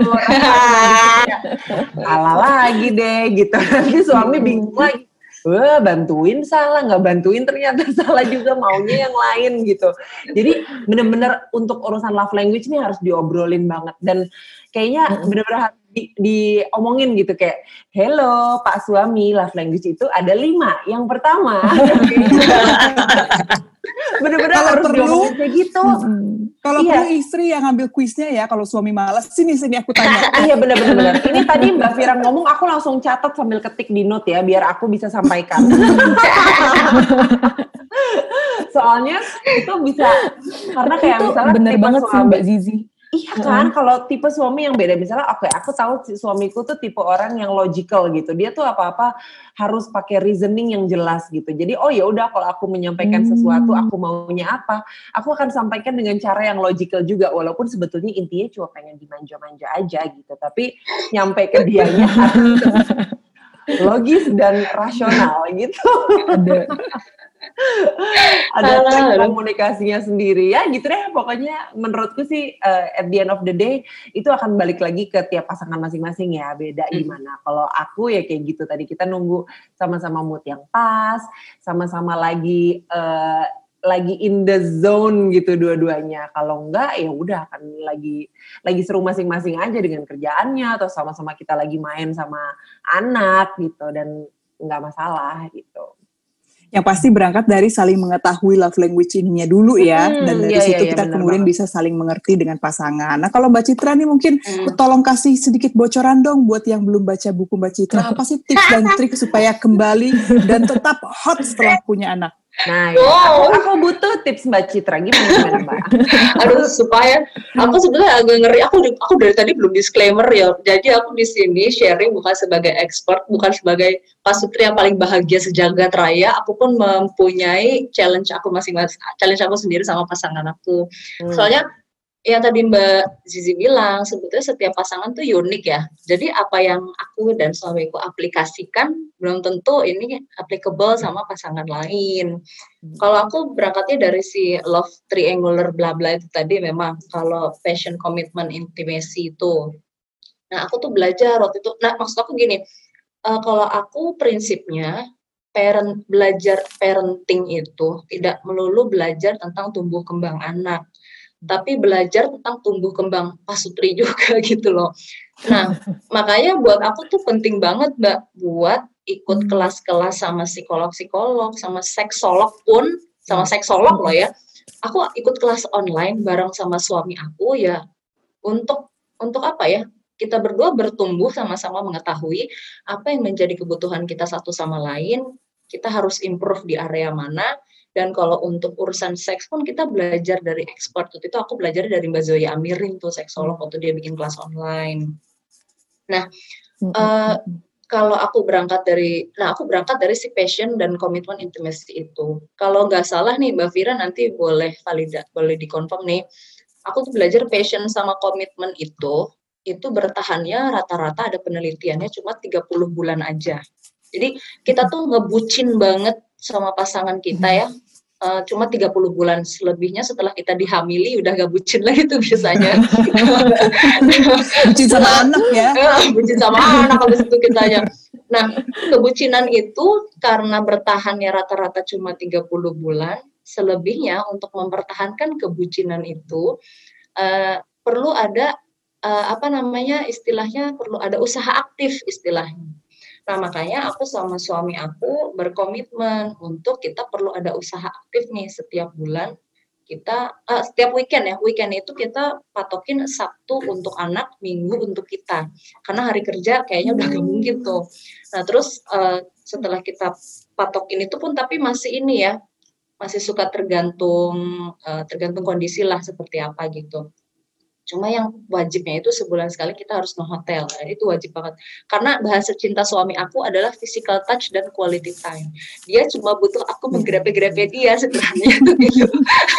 kalah lagi deh gitu. Nanti suami bingung lagi, wah bantuin salah, nggak bantuin ternyata salah juga, maunya yang lain gitu. Jadi benar-benar untuk urusan love language ini harus diobrolin banget, dan kayaknya benar-benar Di, diomongin gitu kayak, hello Pak Suami, love language itu ada lima. Yang pertama, bener-bener harus diomongin kayak gitu. Hmm. Kalau iya. perlu istri yang ngambil kuisnya ya, kalau suami malas, sini sini aku tanya. Iya bener-bener. Ini tadi Mbak Vira ngomong, aku langsung catat sambil ketik di note ya, biar aku bisa sampaikan. Soalnya itu bisa, karena kayak itu misalnya bener banget sih Mbak Zizi. Iya kan, uh. kalau tipe suami yang beda, misalnya oke, okay, aku tahu suamiku tuh tipe orang yang logical gitu. Dia tuh apa-apa harus pakai reasoning yang jelas gitu. Jadi oh ya udah, kalau aku menyampaikan hmm. sesuatu, aku maunya apa, aku akan sampaikan dengan cara yang logical juga, walaupun sebetulnya intinya cuma pengen dimanja-manja aja gitu. Tapi nyampe ke dianya harus logis dan rasional gitu. Ada. Ada trik komunikasinya sendiri ya gitu deh. Pokoknya menurutku sih uh, at the end of the day itu akan balik lagi ke tiap pasangan masing-masing ya, beda gimana. Hmm. Kalau aku ya kayak gitu tadi, kita nunggu sama-sama mood yang pas, sama-sama lagi uh, lagi in the zone gitu dua-duanya. Kalau enggak ya udah akan lagi lagi seru masing-masing aja dengan kerjaannya, atau sama-sama kita lagi main sama anak gitu, dan enggak masalah gitu. Yang pasti berangkat dari saling mengetahui love language ininya dulu ya, hmm, dan dari iya, situ iya, kita iya, kemudian banget. Bisa saling mengerti dengan pasangan. Nah kalau Mbak Citra nih mungkin hmm. tolong kasih sedikit bocoran dong buat yang belum baca buku Mbak Citra, apa sih tips dan trik supaya kembali dan tetap hot setelah punya anak? Nah, ya. aku, aku butuh tips Mbak Citra, gimana gimana Mbak? Aduh, supaya aku sebenarnya agak ngeri. Aku aku dari tadi belum disclaimer ya. Jadi aku di sini sharing bukan sebagai expert, bukan sebagai pasutri yang paling bahagia sejagat raya. Aku pun mempunyai challenge aku masing-masing, challenge aku sendiri sama pasangan aku. Hmm. Soalnya yang tadi Mbak Zizi bilang, sebetulnya setiap pasangan tuh unik ya. Jadi apa yang aku dan suamiku aplikasikan belum tentu ini applicable sama pasangan lain. Hmm. Kalau aku berangkatnya dari si love triangular bla bla itu tadi, memang kalau passion, commitment, intimacy itu. Nah aku tuh belajar waktu itu. Nah maksud aku gini, uh, kalau aku prinsipnya parent belajar parenting itu tidak melulu belajar tentang tumbuh kembang anak, tapi belajar tentang tumbuh kembang pasutri juga gitu loh. Nah, makanya buat aku tuh penting banget Mbak buat ikut kelas-kelas sama psikolog-psikolog, sama seksolog pun, sama seksolog loh ya. Aku ikut kelas online bareng sama suami aku ya, untuk untuk apa ya? Kita berdua bertumbuh sama-sama mengetahui apa yang menjadi kebutuhan kita satu sama lain, kita harus improve di area mana. Dan kalau untuk urusan seks pun kita belajar dari expert. Waktu itu aku belajar dari Mbak Zoya Amirin tuh, seksolog, waktu dia bikin kelas online. Nah, mm-hmm. uh, kalau aku berangkat dari, nah aku berangkat dari si passion dan komitmen intimacy itu. Kalau nggak salah nih Mbak Fira, nanti boleh validat, boleh dikonfirm nih. Aku tuh belajar passion sama komitmen itu, itu bertahannya rata-rata ada penelitiannya cuma tiga puluh bulan aja. Jadi kita tuh ngebucin banget sama pasangan kita ya, uh, cuma tiga puluh bulan. Selebihnya setelah kita dihamili udah gak bucin lagi tuh biasanya. Bucin sama anak ya. Bucin sama anak habis itu kitanya. Nah, kebucinan itu karena bertahannya rata-rata cuma tiga puluh bulan, selebihnya untuk mempertahankan kebucinan itu uh, perlu ada uh, apa namanya istilahnya, perlu ada usaha aktif istilahnya. Nah, makanya aku sama suami aku berkomitmen untuk kita perlu ada usaha aktif nih setiap bulan. Kita, uh, setiap weekend ya, weekend itu kita patokin Sabtu untuk anak, Minggu untuk kita. Karena hari kerja kayaknya udah gak mungkin tuh. Nah, terus uh, setelah kita patokin itu pun tapi masih ini ya, masih suka tergantung, uh, tergantung kondisi lah seperti apa gitu. Cuma yang wajibnya itu sebulan sekali kita harus nge-hotel, itu wajib banget. Karena bahasa cinta suami aku adalah physical touch dan quality time. Dia cuma butuh aku menggrepe-grepe dia sebenarnya. Gitu.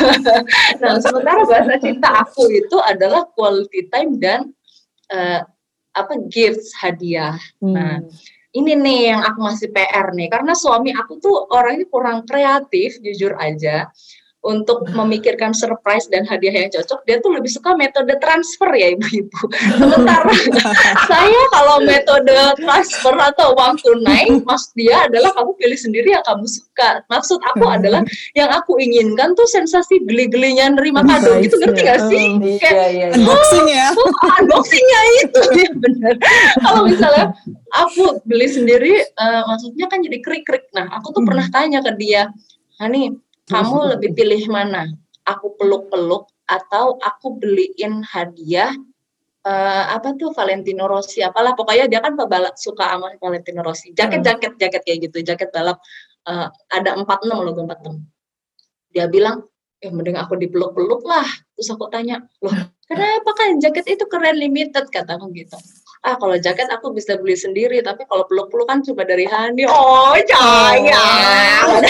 Nah, sementara bahasa cinta aku itu adalah quality time dan uh, apa gifts, hadiah. Hmm. Nah, ini nih yang aku masih P R nih, karena suami aku tuh orangnya kurang kreatif, jujur aja. Untuk memikirkan surprise dan hadiah yang cocok, dia tuh lebih suka metode transfer ya ibu-ibu. Sementara saya kalau metode transfer atau uang tunai, maksud dia adalah kamu pilih sendiri yang kamu suka. Maksud aku adalah yang aku inginkan tuh sensasi geli-gelinya nerima kado gitu, ngerti gak sih? Oh, Kayak iya, iya. unboxing ya. Oh, unboxingnya itu ya benar. Kalau misalnya aku beli sendiri, uh, maksudnya kan jadi krik-krik. Nah, aku tuh hmm. pernah tanya ke dia, Hani, kamu lebih pilih mana? Aku peluk-peluk atau aku beliin hadiah uh, apa tuh Valentino Rossi apalah, pokoknya dia kan pebalap, suka sama Valentino Rossi. Jaket-jaket jaket kayak gitu, jaket balap uh, ada empat puluh enam logo empat puluh enam. Dia bilang, "Eh mending aku dipeluk-peluk lah." Terus aku tanya, "Loh, kenapa kan jaket itu keren limited?" kataku gitu. Ah, kalau jaket aku bisa beli sendiri, tapi kalau peluk-peluk kan cuma dari Hani. Oh, sayang.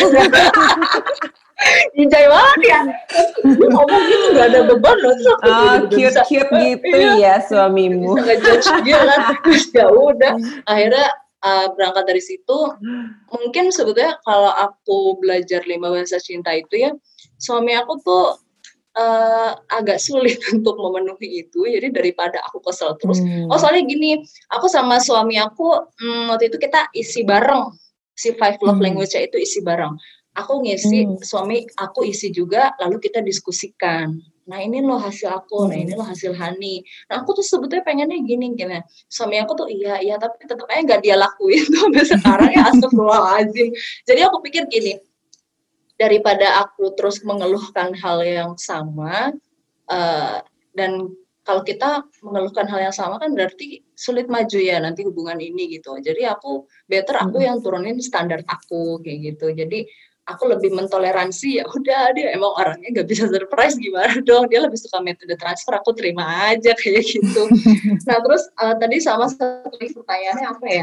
Jijai banget ya. Ngomong gitu gak ada beban loh. Oh, cute-cute gitu iya, ya suamimu. Bisa nge-judge dia kan. Terus ya udah. Akhirnya uh, berangkat dari situ, mungkin sebetulnya kalau aku belajar lima bahasa cinta itu ya, suami aku tuh uh, agak sulit untuk memenuhi itu. Jadi daripada aku kesel terus, Hmm. oh soalnya gini, aku sama suami aku hmm, waktu itu kita isi bareng si five love Hmm. language-nya itu isi bareng. Aku ngisi, Hmm. suami aku isi juga, lalu kita diskusikan. Nah ini loh hasil aku, nah Hmm. ini loh hasil Hani. Nah aku tuh sebetulnya pengennya gini, gini. Suami aku tuh iya, iya, tapi tetap aja nggak dia lakuin tuh sampai sekarang ya, astagfirullahaladzim. Jadi aku pikir gini, daripada aku terus mengeluhkan hal yang sama, uh, dan kalau kita mengeluhkan hal yang sama kan berarti sulit maju ya nanti hubungan ini gitu. Jadi aku better aku yang turunin standar aku kayak gitu. Jadi aku lebih mentoleransi, ya udah dia emang orangnya nggak bisa surprise, gimana dong, dia lebih suka metode transfer, aku terima aja kayak gitu. Nah terus uh, tadi sama satu pertanyaannya apa ya?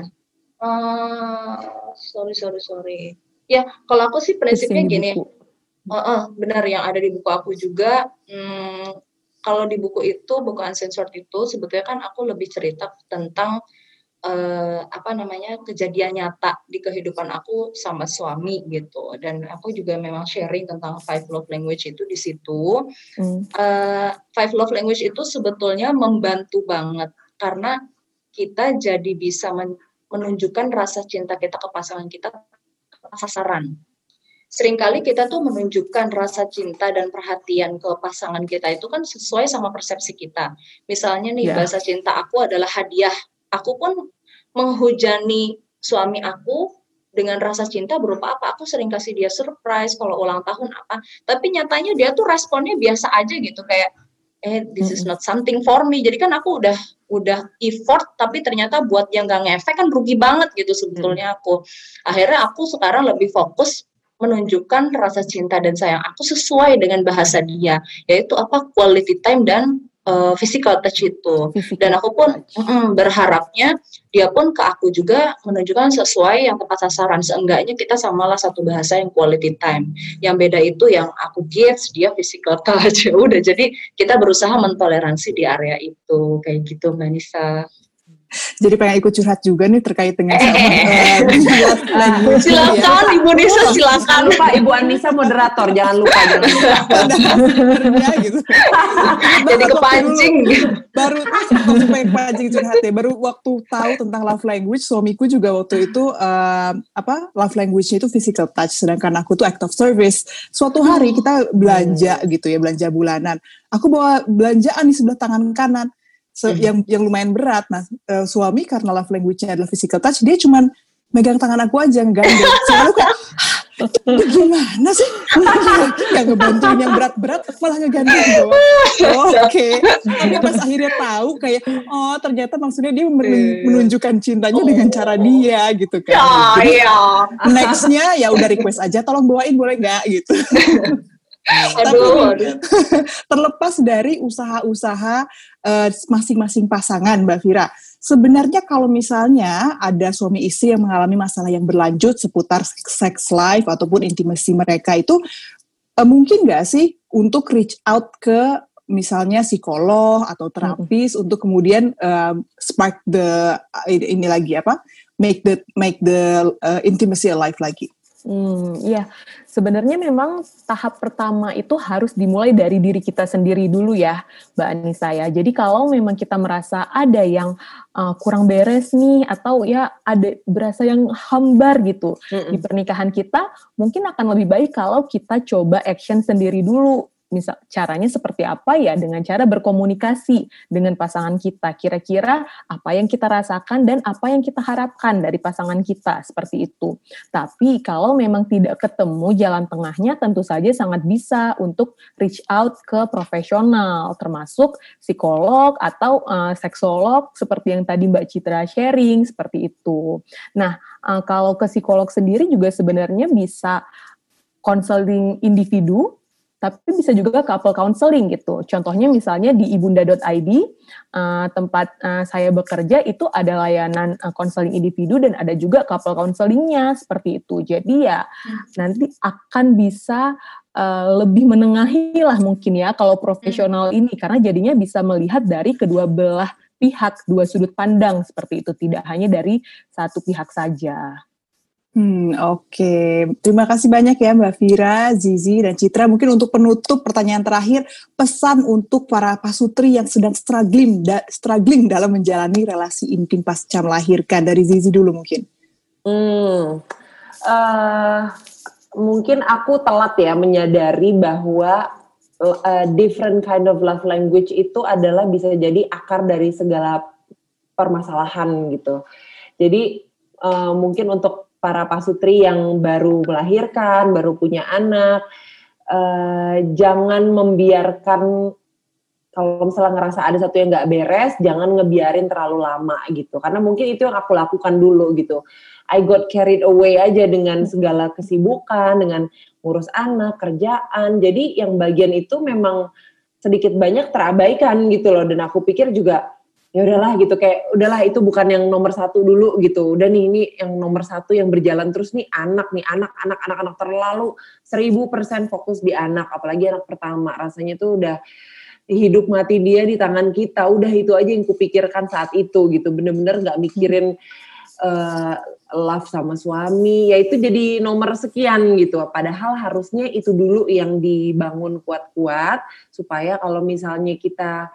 Uh, sorry sorry sorry. Ya kalau aku sih prinsipnya gini, uh, uh, benar yang ada di buku aku juga. Hmm, kalau di buku itu, buku Uncensored itu sebetulnya kan aku lebih cerita tentang Uh, apa namanya kejadian nyata di kehidupan aku sama suami gitu, dan aku juga memang sharing tentang five love language itu di situ. Mm. Uh, five love language itu sebetulnya membantu banget karena kita jadi bisa men- menunjukkan rasa cinta kita ke pasangan kita sasaran. Seringkali kita tuh menunjukkan rasa cinta dan perhatian ke pasangan kita itu kan sesuai sama persepsi kita. Misalnya nih, yeah. bahasa cinta aku adalah hadiah. Aku pun menghujani suami aku dengan rasa cinta berupa apa? Aku sering kasih dia surprise kalau ulang tahun apa. Tapi nyatanya dia tuh responnya biasa aja gitu, kayak eh this is not something for me. Jadi kan aku udah udah effort tapi ternyata buat yang nggak ngefek kan rugi banget gitu sebetulnya aku. Akhirnya aku sekarang lebih fokus menunjukkan rasa cinta dan sayang aku sesuai dengan bahasa dia, yaitu apa, quality time dan uh, physical touch itu. Physical dan aku pun mm, berharapnya dia pun ke aku juga menunjukkan sesuai yang tepat sasaran. Seenggaknya kita samalah satu bahasa yang quality time. Yang beda itu yang aku gifts, dia physical touch. Udah, jadi kita berusaha mentoleransi di area itu, kayak gitu Mbak Nisa. Jadi pengen ikut curhat juga nih terkait dengan sama eh, uh, uh, silakan ya. Ibu Nisa, oh, silakan lupa Ibu Anissa moderator, jangan lupa jangan lupa gitu. Jadi kepancing baru langsung pengen kepancing curhat ya. Baru waktu tahu tentang love language, suamiku juga waktu itu uh, apa love language-nya itu physical touch, sedangkan aku tuh act of service. Suatu hari kita belanja hmm. gitu ya, belanja bulanan, aku bawa belanjaan di sebelah tangan kanan So, mm. yang yang lumayan berat. Nah, uh, suami karena love language-nya adalah physical touch, dia cuman megang tangan aku aja, ngegandeng. Saya kayak, gimana sih? Gak ngebantuin yang berat-berat, malah ngegandeng gitu. Oh, Oke. Okay. Tapi pas akhirnya tahu kayak, oh ternyata maksudnya dia menunjukkan cintanya oh. dengan cara dia gitu kan. Ya, Jadi, ya. Next-nya ya udah request aja, tolong bawain boleh nggak gitu. Aduh, Tapi terlepas dari usaha-usaha uh, masing-masing pasangan, Mbak Fira, sebenarnya kalau misalnya ada suami istri yang mengalami masalah yang berlanjut seputar sex life ataupun intimasi mereka itu, uh, mungkin nggak sih untuk reach out ke misalnya psikolog atau terapis mm-hmm. untuk kemudian uh, spark the ini lagi apa, make the make the uh, intimacy alive lagi? Hmm, iya. Sebenarnya memang tahap pertama itu harus dimulai dari diri kita sendiri dulu ya, Mbak Anissa ya. Jadi kalau memang kita merasa ada yang uh, kurang beres nih, atau ya ada berasa yang hambar gitu mm-mm. di pernikahan kita, mungkin akan lebih baik kalau kita coba action sendiri dulu. Misal caranya seperti apa ya, dengan cara berkomunikasi dengan pasangan kita, kira-kira apa yang kita rasakan dan apa yang kita harapkan dari pasangan kita, seperti itu. Tapi kalau memang tidak ketemu jalan tengahnya, tentu saja sangat bisa untuk reach out ke profesional, termasuk psikolog atau uh, seksolog seperti yang tadi Mbak Citra sharing, seperti itu. Nah, uh, kalau ke psikolog sendiri juga sebenarnya bisa konseling individu, tapi bisa juga couple counseling gitu. Contohnya misalnya di ibunda dot i d, uh, tempat uh, saya bekerja itu ada layanan konseling uh, individu dan ada juga couple counselingnya seperti itu. Jadi ya hmm. nanti akan bisa uh, lebih menengahi lah mungkin ya kalau profesional hmm. ini, karena jadinya bisa melihat dari kedua belah pihak, dua sudut pandang seperti itu, tidak hanya dari satu pihak saja. Hmm, oke. Okay. Terima kasih banyak ya Mbak Vira, Zizi, dan Citra. Mungkin untuk penutup pertanyaan terakhir, pesan untuk para pasutri yang sedang struggling, da, struggling dalam menjalani relasi intim pasca melahirkan. Dari Zizi dulu mungkin. Hmm, uh, mungkin aku telat ya menyadari bahwa uh, different kind of love language itu adalah bisa jadi akar dari segala permasalahan gitu. Jadi uh, mungkin untuk para pasutri yang baru melahirkan, baru punya anak, uh, jangan membiarkan, kalau misalnya ngerasa ada satu yang nggak beres, jangan ngebiarin terlalu lama gitu. Karena mungkin itu yang aku lakukan dulu gitu. I got carried away aja dengan segala kesibukan, dengan ngurus anak, kerjaan. Jadi yang bagian itu memang sedikit banyak terabaikan gitu loh. Dan aku pikir juga, ya udahlah gitu, kayak udahlah itu bukan yang nomor satu dulu gitu. Udah nih, ini yang nomor satu yang berjalan terus nih anak nih, anak, anak, anak, anak terlalu seribu persen fokus di anak, apalagi anak pertama. Rasanya tuh udah hidup mati dia di tangan kita, udah itu aja yang kupikirkan saat itu gitu. Bener-bener gak mikirin uh, love sama suami, ya itu jadi nomor sekian gitu. Padahal harusnya itu dulu yang dibangun kuat-kuat, supaya kalau misalnya kita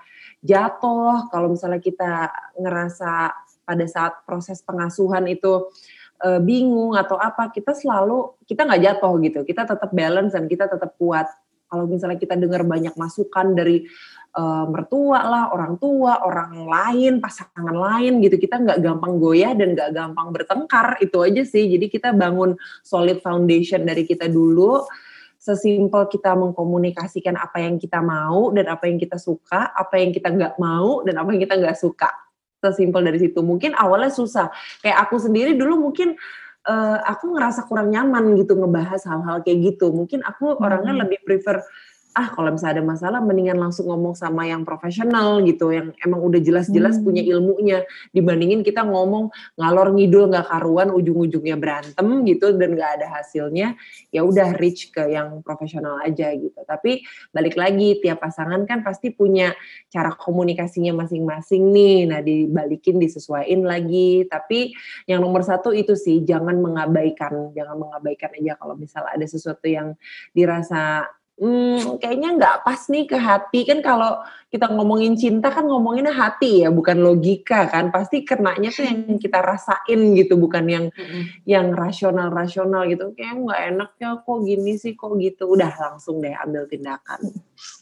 jatuh, kalau misalnya kita ngerasa pada saat proses pengasuhan itu e, bingung atau apa, kita selalu, kita nggak jatuh gitu, kita tetap balance dan kita tetap kuat. Kalau misalnya kita dengar banyak masukan dari e, mertua lah, orang tua, orang lain, pasangan lain gitu, kita nggak gampang goyah dan nggak gampang bertengkar, itu aja sih. Jadi kita bangun solid foundation dari kita dulu, sesimpel kita mengkomunikasikan apa yang kita mau dan apa yang kita suka, apa yang kita nggak mau dan apa yang kita nggak suka. Sesimpel dari situ. Mungkin awalnya susah. Kayak aku sendiri dulu mungkin uh, aku ngerasa kurang nyaman gitu ngebahas hal-hal kayak gitu. Mungkin aku orangnya hmm. lebih prefer, ah kalau misalnya ada masalah mendingan langsung ngomong sama yang profesional gitu, yang emang udah jelas-jelas hmm. punya ilmunya, dibandingin kita ngomong ngalor ngidul nggak karuan, ujung-ujungnya berantem gitu dan nggak ada hasilnya. Ya udah reach ke yang profesional aja gitu. Tapi balik lagi, tiap pasangan kan pasti punya cara komunikasinya masing-masing nih. Nah dibalikin, disesuaiin lagi. Tapi yang nomor satu itu sih, jangan mengabaikan, jangan mengabaikan aja kalau misalnya ada sesuatu yang dirasa Hmm, kayaknya nggak pas nih ke hati. Kan kalau kita ngomongin cinta kan ngomonginnya hati ya, bukan logika kan. Pasti kenanya tuh yang kita rasain gitu, bukan yang mm-hmm. yang rasional-rasional gitu. Kayak nggak enak ya, kok gini sih, kok gitu. Udah langsung deh ambil tindakan.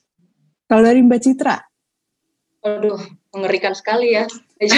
Kalau dari Mbak Citra? Aduh, mengerikan sekali ya.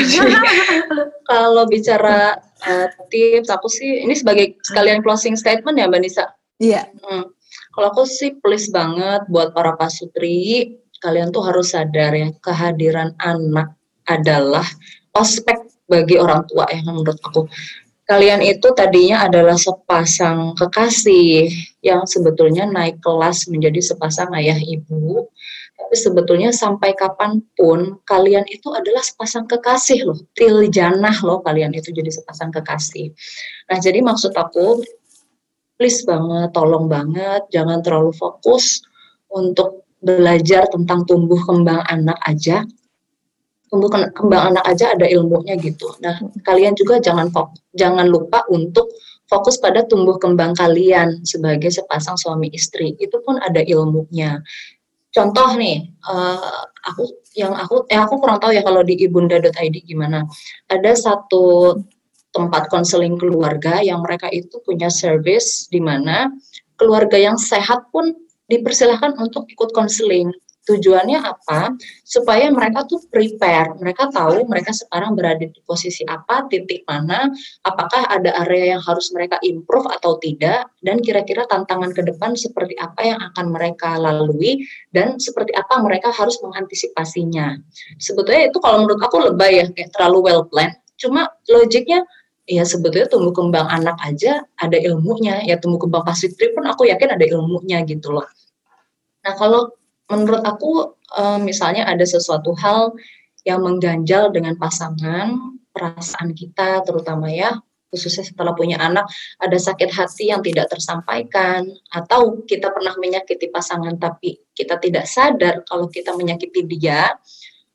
Kalau bicara uh, tips, aku sih, ini sebagai sekalian closing statement ya Mbak Nisa? Iya. Hmm. Kalau aku sih please banget buat para pasutri, kalian tuh harus sadar ya, kehadiran anak adalah ospek bagi orang tua ya menurut aku. Kalian itu tadinya adalah sepasang kekasih yang sebetulnya naik kelas menjadi sepasang ayah ibu. Tapi sebetulnya sampai kapanpun kalian itu adalah sepasang kekasih loh, til janah loh kalian itu jadi sepasang kekasih. Nah jadi maksud aku, please banget, tolong banget, jangan terlalu fokus untuk belajar tentang tumbuh kembang anak aja. Tumbuh kembang anak aja ada ilmunya gitu. Nah, kalian juga jangan fokus, jangan lupa untuk fokus pada tumbuh kembang kalian sebagai sepasang suami istri. Itu pun ada ilmunya. Contoh nih, uh, aku yang aku, eh aku kurang tahu ya kalau di ibunda dot i d gimana. Ada satu tempat konseling keluarga yang mereka itu punya service di mana keluarga yang sehat pun dipersilahkan untuk ikut konseling. Tujuannya apa? Supaya mereka tuh prepare, mereka tahu mereka sekarang berada di posisi apa, titik mana, apakah ada area yang harus mereka improve atau tidak, dan kira-kira tantangan ke depan seperti apa yang akan mereka lalui, dan seperti apa mereka harus mengantisipasinya. Sebetulnya itu kalau menurut aku lebay ya, kayak terlalu well planned, cuma logiknya, ya sebetulnya tumbuh kembang anak aja ada ilmunya, ya tumbuh kembang pasutri pun aku yakin ada ilmunya gitu loh. Nah kalau menurut aku uh, misalnya ada sesuatu hal yang mengganjal dengan pasangan, perasaan kita terutama ya, khususnya setelah punya anak, ada sakit hati yang tidak tersampaikan, atau kita pernah menyakiti pasangan tapi kita tidak sadar kalau kita menyakiti dia,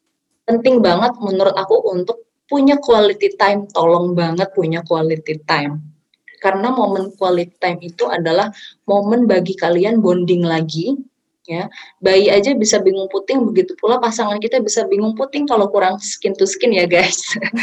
penting banget menurut aku untuk punya quality time, tolong banget punya quality time. Karena momen quality time itu adalah momen bagi kalian bonding lagi, ya. Bayi aja bisa bingung puting, begitu pula pasangan kita bisa bingung puting kalau kurang skin to skin ya guys.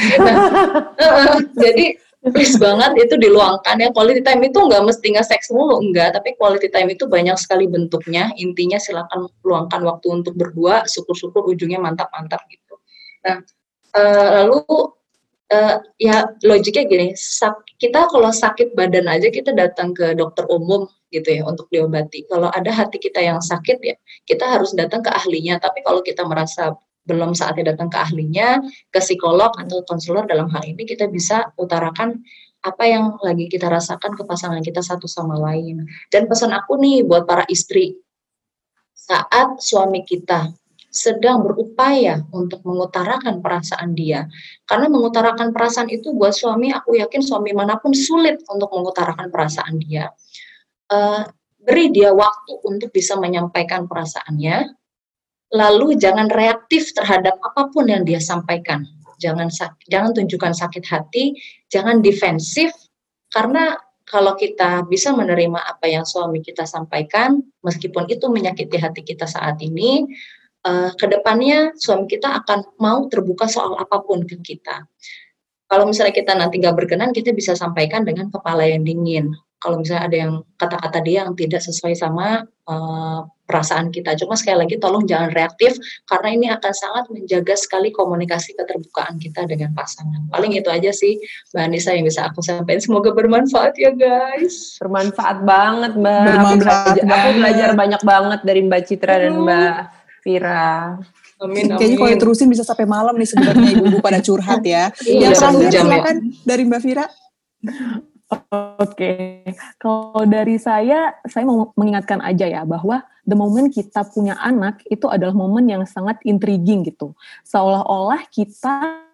Nah, jadi please banget itu diluangkan ya. Quality time itu nggak mesti nge-seks mulu, enggak, tapi quality time itu banyak sekali bentuknya. Intinya silakan luangkan waktu untuk berdua, syukur-syukur ujungnya mantap-mantap gitu. Nah, uh, lalu uh, ya logiknya gini, sak- kita kalau sakit badan aja kita datang ke dokter umum gitu ya untuk diobati. Kalau ada hati kita yang sakit ya kita harus datang ke ahlinya. Tapi kalau kita merasa belum saatnya datang ke ahlinya, ke psikolog atau konselor, dalam hal ini kita bisa utarakan apa yang lagi kita rasakan ke pasangan kita satu sama lain. Dan pesan aku nih buat para istri, saat suami kita sedang berupaya untuk mengutarakan perasaan dia, karena mengutarakan perasaan itu buat suami, aku yakin suami manapun sulit untuk mengutarakan perasaan dia. Uh, beri dia waktu untuk bisa menyampaikan perasaannya. Lalu jangan reaktif terhadap apapun yang dia sampaikan. Jangan jangan tunjukkan sakit hati, jangan defensif, karena kalau kita bisa menerima apa yang suami kita sampaikan, meskipun itu menyakiti hati kita saat ini, uh, kedepannya suami kita akan mau terbuka soal apapun ke kita. Kalau misalnya kita nanti nggak berkenan, kita bisa sampaikan dengan kepala yang dingin. Kalau misalnya ada yang kata-kata dia yang tidak sesuai sama uh, perasaan kita. Cuma sekali lagi tolong jangan reaktif, karena ini akan sangat menjaga sekali komunikasi keterbukaan kita dengan pasangan. Paling itu aja sih Mbak Anissa yang bisa aku sampaikan. Semoga bermanfaat ya guys. Bermanfaat banget Mbak. Bermanfaat aku, belajar, banget. aku belajar banyak banget dari Mbak Citra dan Mbak Vira. Amin, amin. Kayaknya kalau diterusin bisa sampai malam nih sebenarnya ibu-ibu pada curhat ya. Iya, Yang terakhir jam, silakan ya. dari Mbak Vira. Oke, kalau dari saya, saya mau mengingatkan aja ya bahwa the moment kita punya anak itu adalah momen yang sangat intriguing gitu. Seolah-olah kita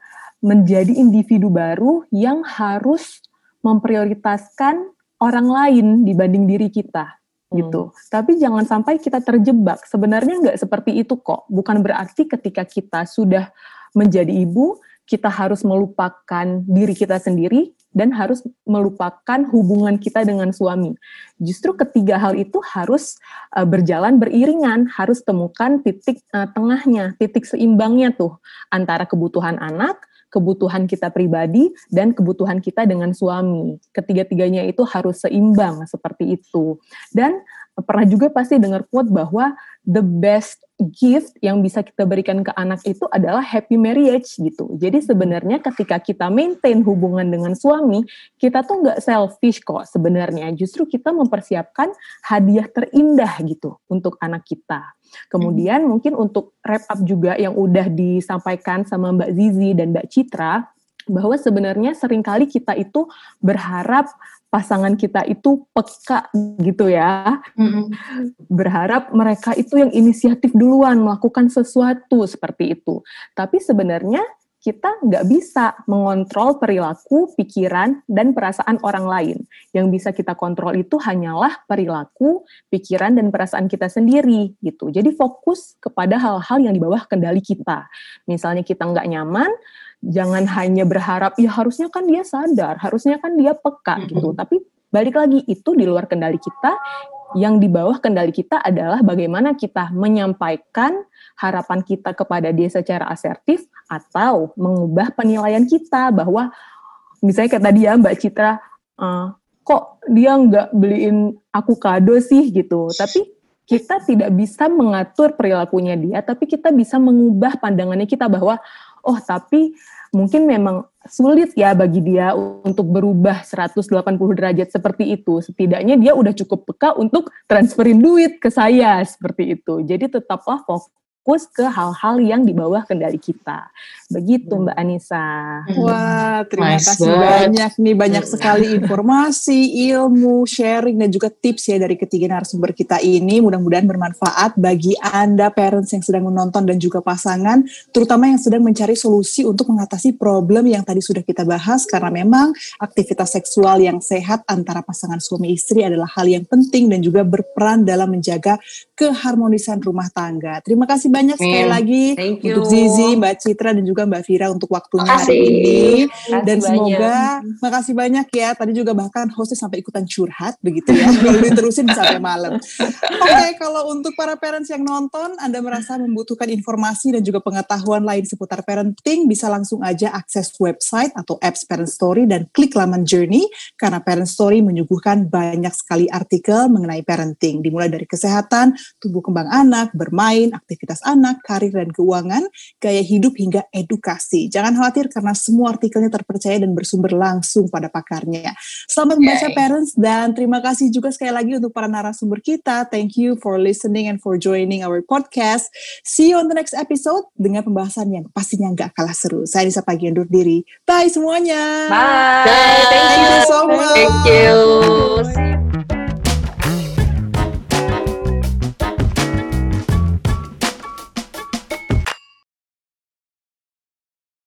menjadi individu baru yang harus memprioritaskan orang lain dibanding diri kita gitu. Hmm. Tapi jangan sampai kita terjebak. Sebenarnya nggak seperti itu kok. Bukan berarti ketika kita sudah menjadi ibu, kita harus melupakan diri kita sendiri dan harus melupakan hubungan kita dengan suami. Justru ketiga hal itu harus uh, berjalan beriringan, harus temukan titik uh, tengahnya, titik seimbangnya tuh antara kebutuhan anak, kebutuhan kita pribadi, dan kebutuhan kita dengan suami. Ketiga-tiganya itu harus seimbang seperti itu. Dan pernah juga pasti dengar quote bahwa the best gift yang bisa kita berikan ke anak itu adalah happy marriage gitu. Jadi sebenarnya ketika kita maintain hubungan dengan suami, kita tuh nggak selfish kok sebenarnya. Justru kita mempersiapkan hadiah terindah gitu untuk anak kita. Kemudian hmm. mungkin untuk wrap up juga yang udah disampaikan sama Mbak Zizi dan Mbak Citra, bahwa sebenarnya seringkali kita itu berharap pasangan kita itu peka gitu ya. Mm-hmm. Berharap mereka itu yang inisiatif duluan melakukan sesuatu seperti itu. Tapi sebenarnya kita nggak bisa mengontrol perilaku, pikiran, dan perasaan orang lain. Yang bisa kita kontrol itu hanyalah perilaku, pikiran, dan perasaan kita sendiri gitu. Jadi fokus kepada hal-hal yang di bawah kendali kita. Misalnya kita nggak nyaman, jangan hanya berharap, ya harusnya kan dia sadar, harusnya kan dia peka mm-hmm. gitu. Tapi balik lagi, itu di luar kendali kita. Yang di bawah kendali kita adalah bagaimana kita menyampaikan harapan kita kepada dia secara asertif atau mengubah penilaian kita bahwa misalnya kayak tadi ya Mbak Citra, uh, kok dia nggak beliin aku kado sih gitu. Tapi kita tidak bisa mengatur perilakunya dia, tapi kita bisa mengubah pandangannya kita bahwa oh tapi mungkin memang sulit ya bagi dia untuk berubah seratus delapan puluh derajat seperti itu. Setidaknya dia udah cukup peka untuk transferin duit ke saya seperti itu. Jadi tetaplah fokus ke hal-hal yang di bawah kendali kita. Begitu Mbak Anissa. Wah, terima nice kasih banget. banyak nih. Banyak sekali informasi, ilmu, sharing, dan juga tips ya dari ketiga narasumber kita ini. Mudah-mudahan bermanfaat bagi Anda parents yang sedang menonton dan juga pasangan, terutama yang sedang mencari solusi untuk mengatasi problem yang tadi sudah kita bahas, karena memang aktivitas seksual yang sehat antara pasangan suami istri adalah hal yang penting dan juga berperan dalam menjaga keharmonisan rumah tangga. Terima kasih banyak banyak sekali Amin. lagi Thank you. untuk Zizi, Mbak Citra dan juga Mbak Vira untuk waktunya Makasih. hari ini. Makasih Dan banyak. semoga makasih banyak ya. Tadi juga bahkan hostnya sampai ikutan curhat begitu ya. Kalau diterusin bisa sampai malam. Oke, kalau untuk para parents yang nonton, Anda merasa membutuhkan informasi dan juga pengetahuan lain seputar parenting, bisa langsung aja akses website atau apps Parent Story dan klik laman Journey, karena Parent Story menyuguhkan banyak sekali artikel mengenai parenting, dimulai dari kesehatan, tumbuh kembang anak, bermain, aktivitas anak, karir dan keuangan, gaya hidup hingga edukasi. Jangan khawatir karena semua artikelnya terpercaya dan bersumber langsung pada pakarnya. Selamat membaca Yay. parents, dan terima kasih juga sekali lagi untuk para narasumber kita. Thank you for listening and for joining our podcast. See you on the next episode dengan pembahasan yang pastinya nggak kalah seru. Saya Nisa Pagi undur diri. Bye semuanya. Bye. Bye. Thank you so much. Thank you.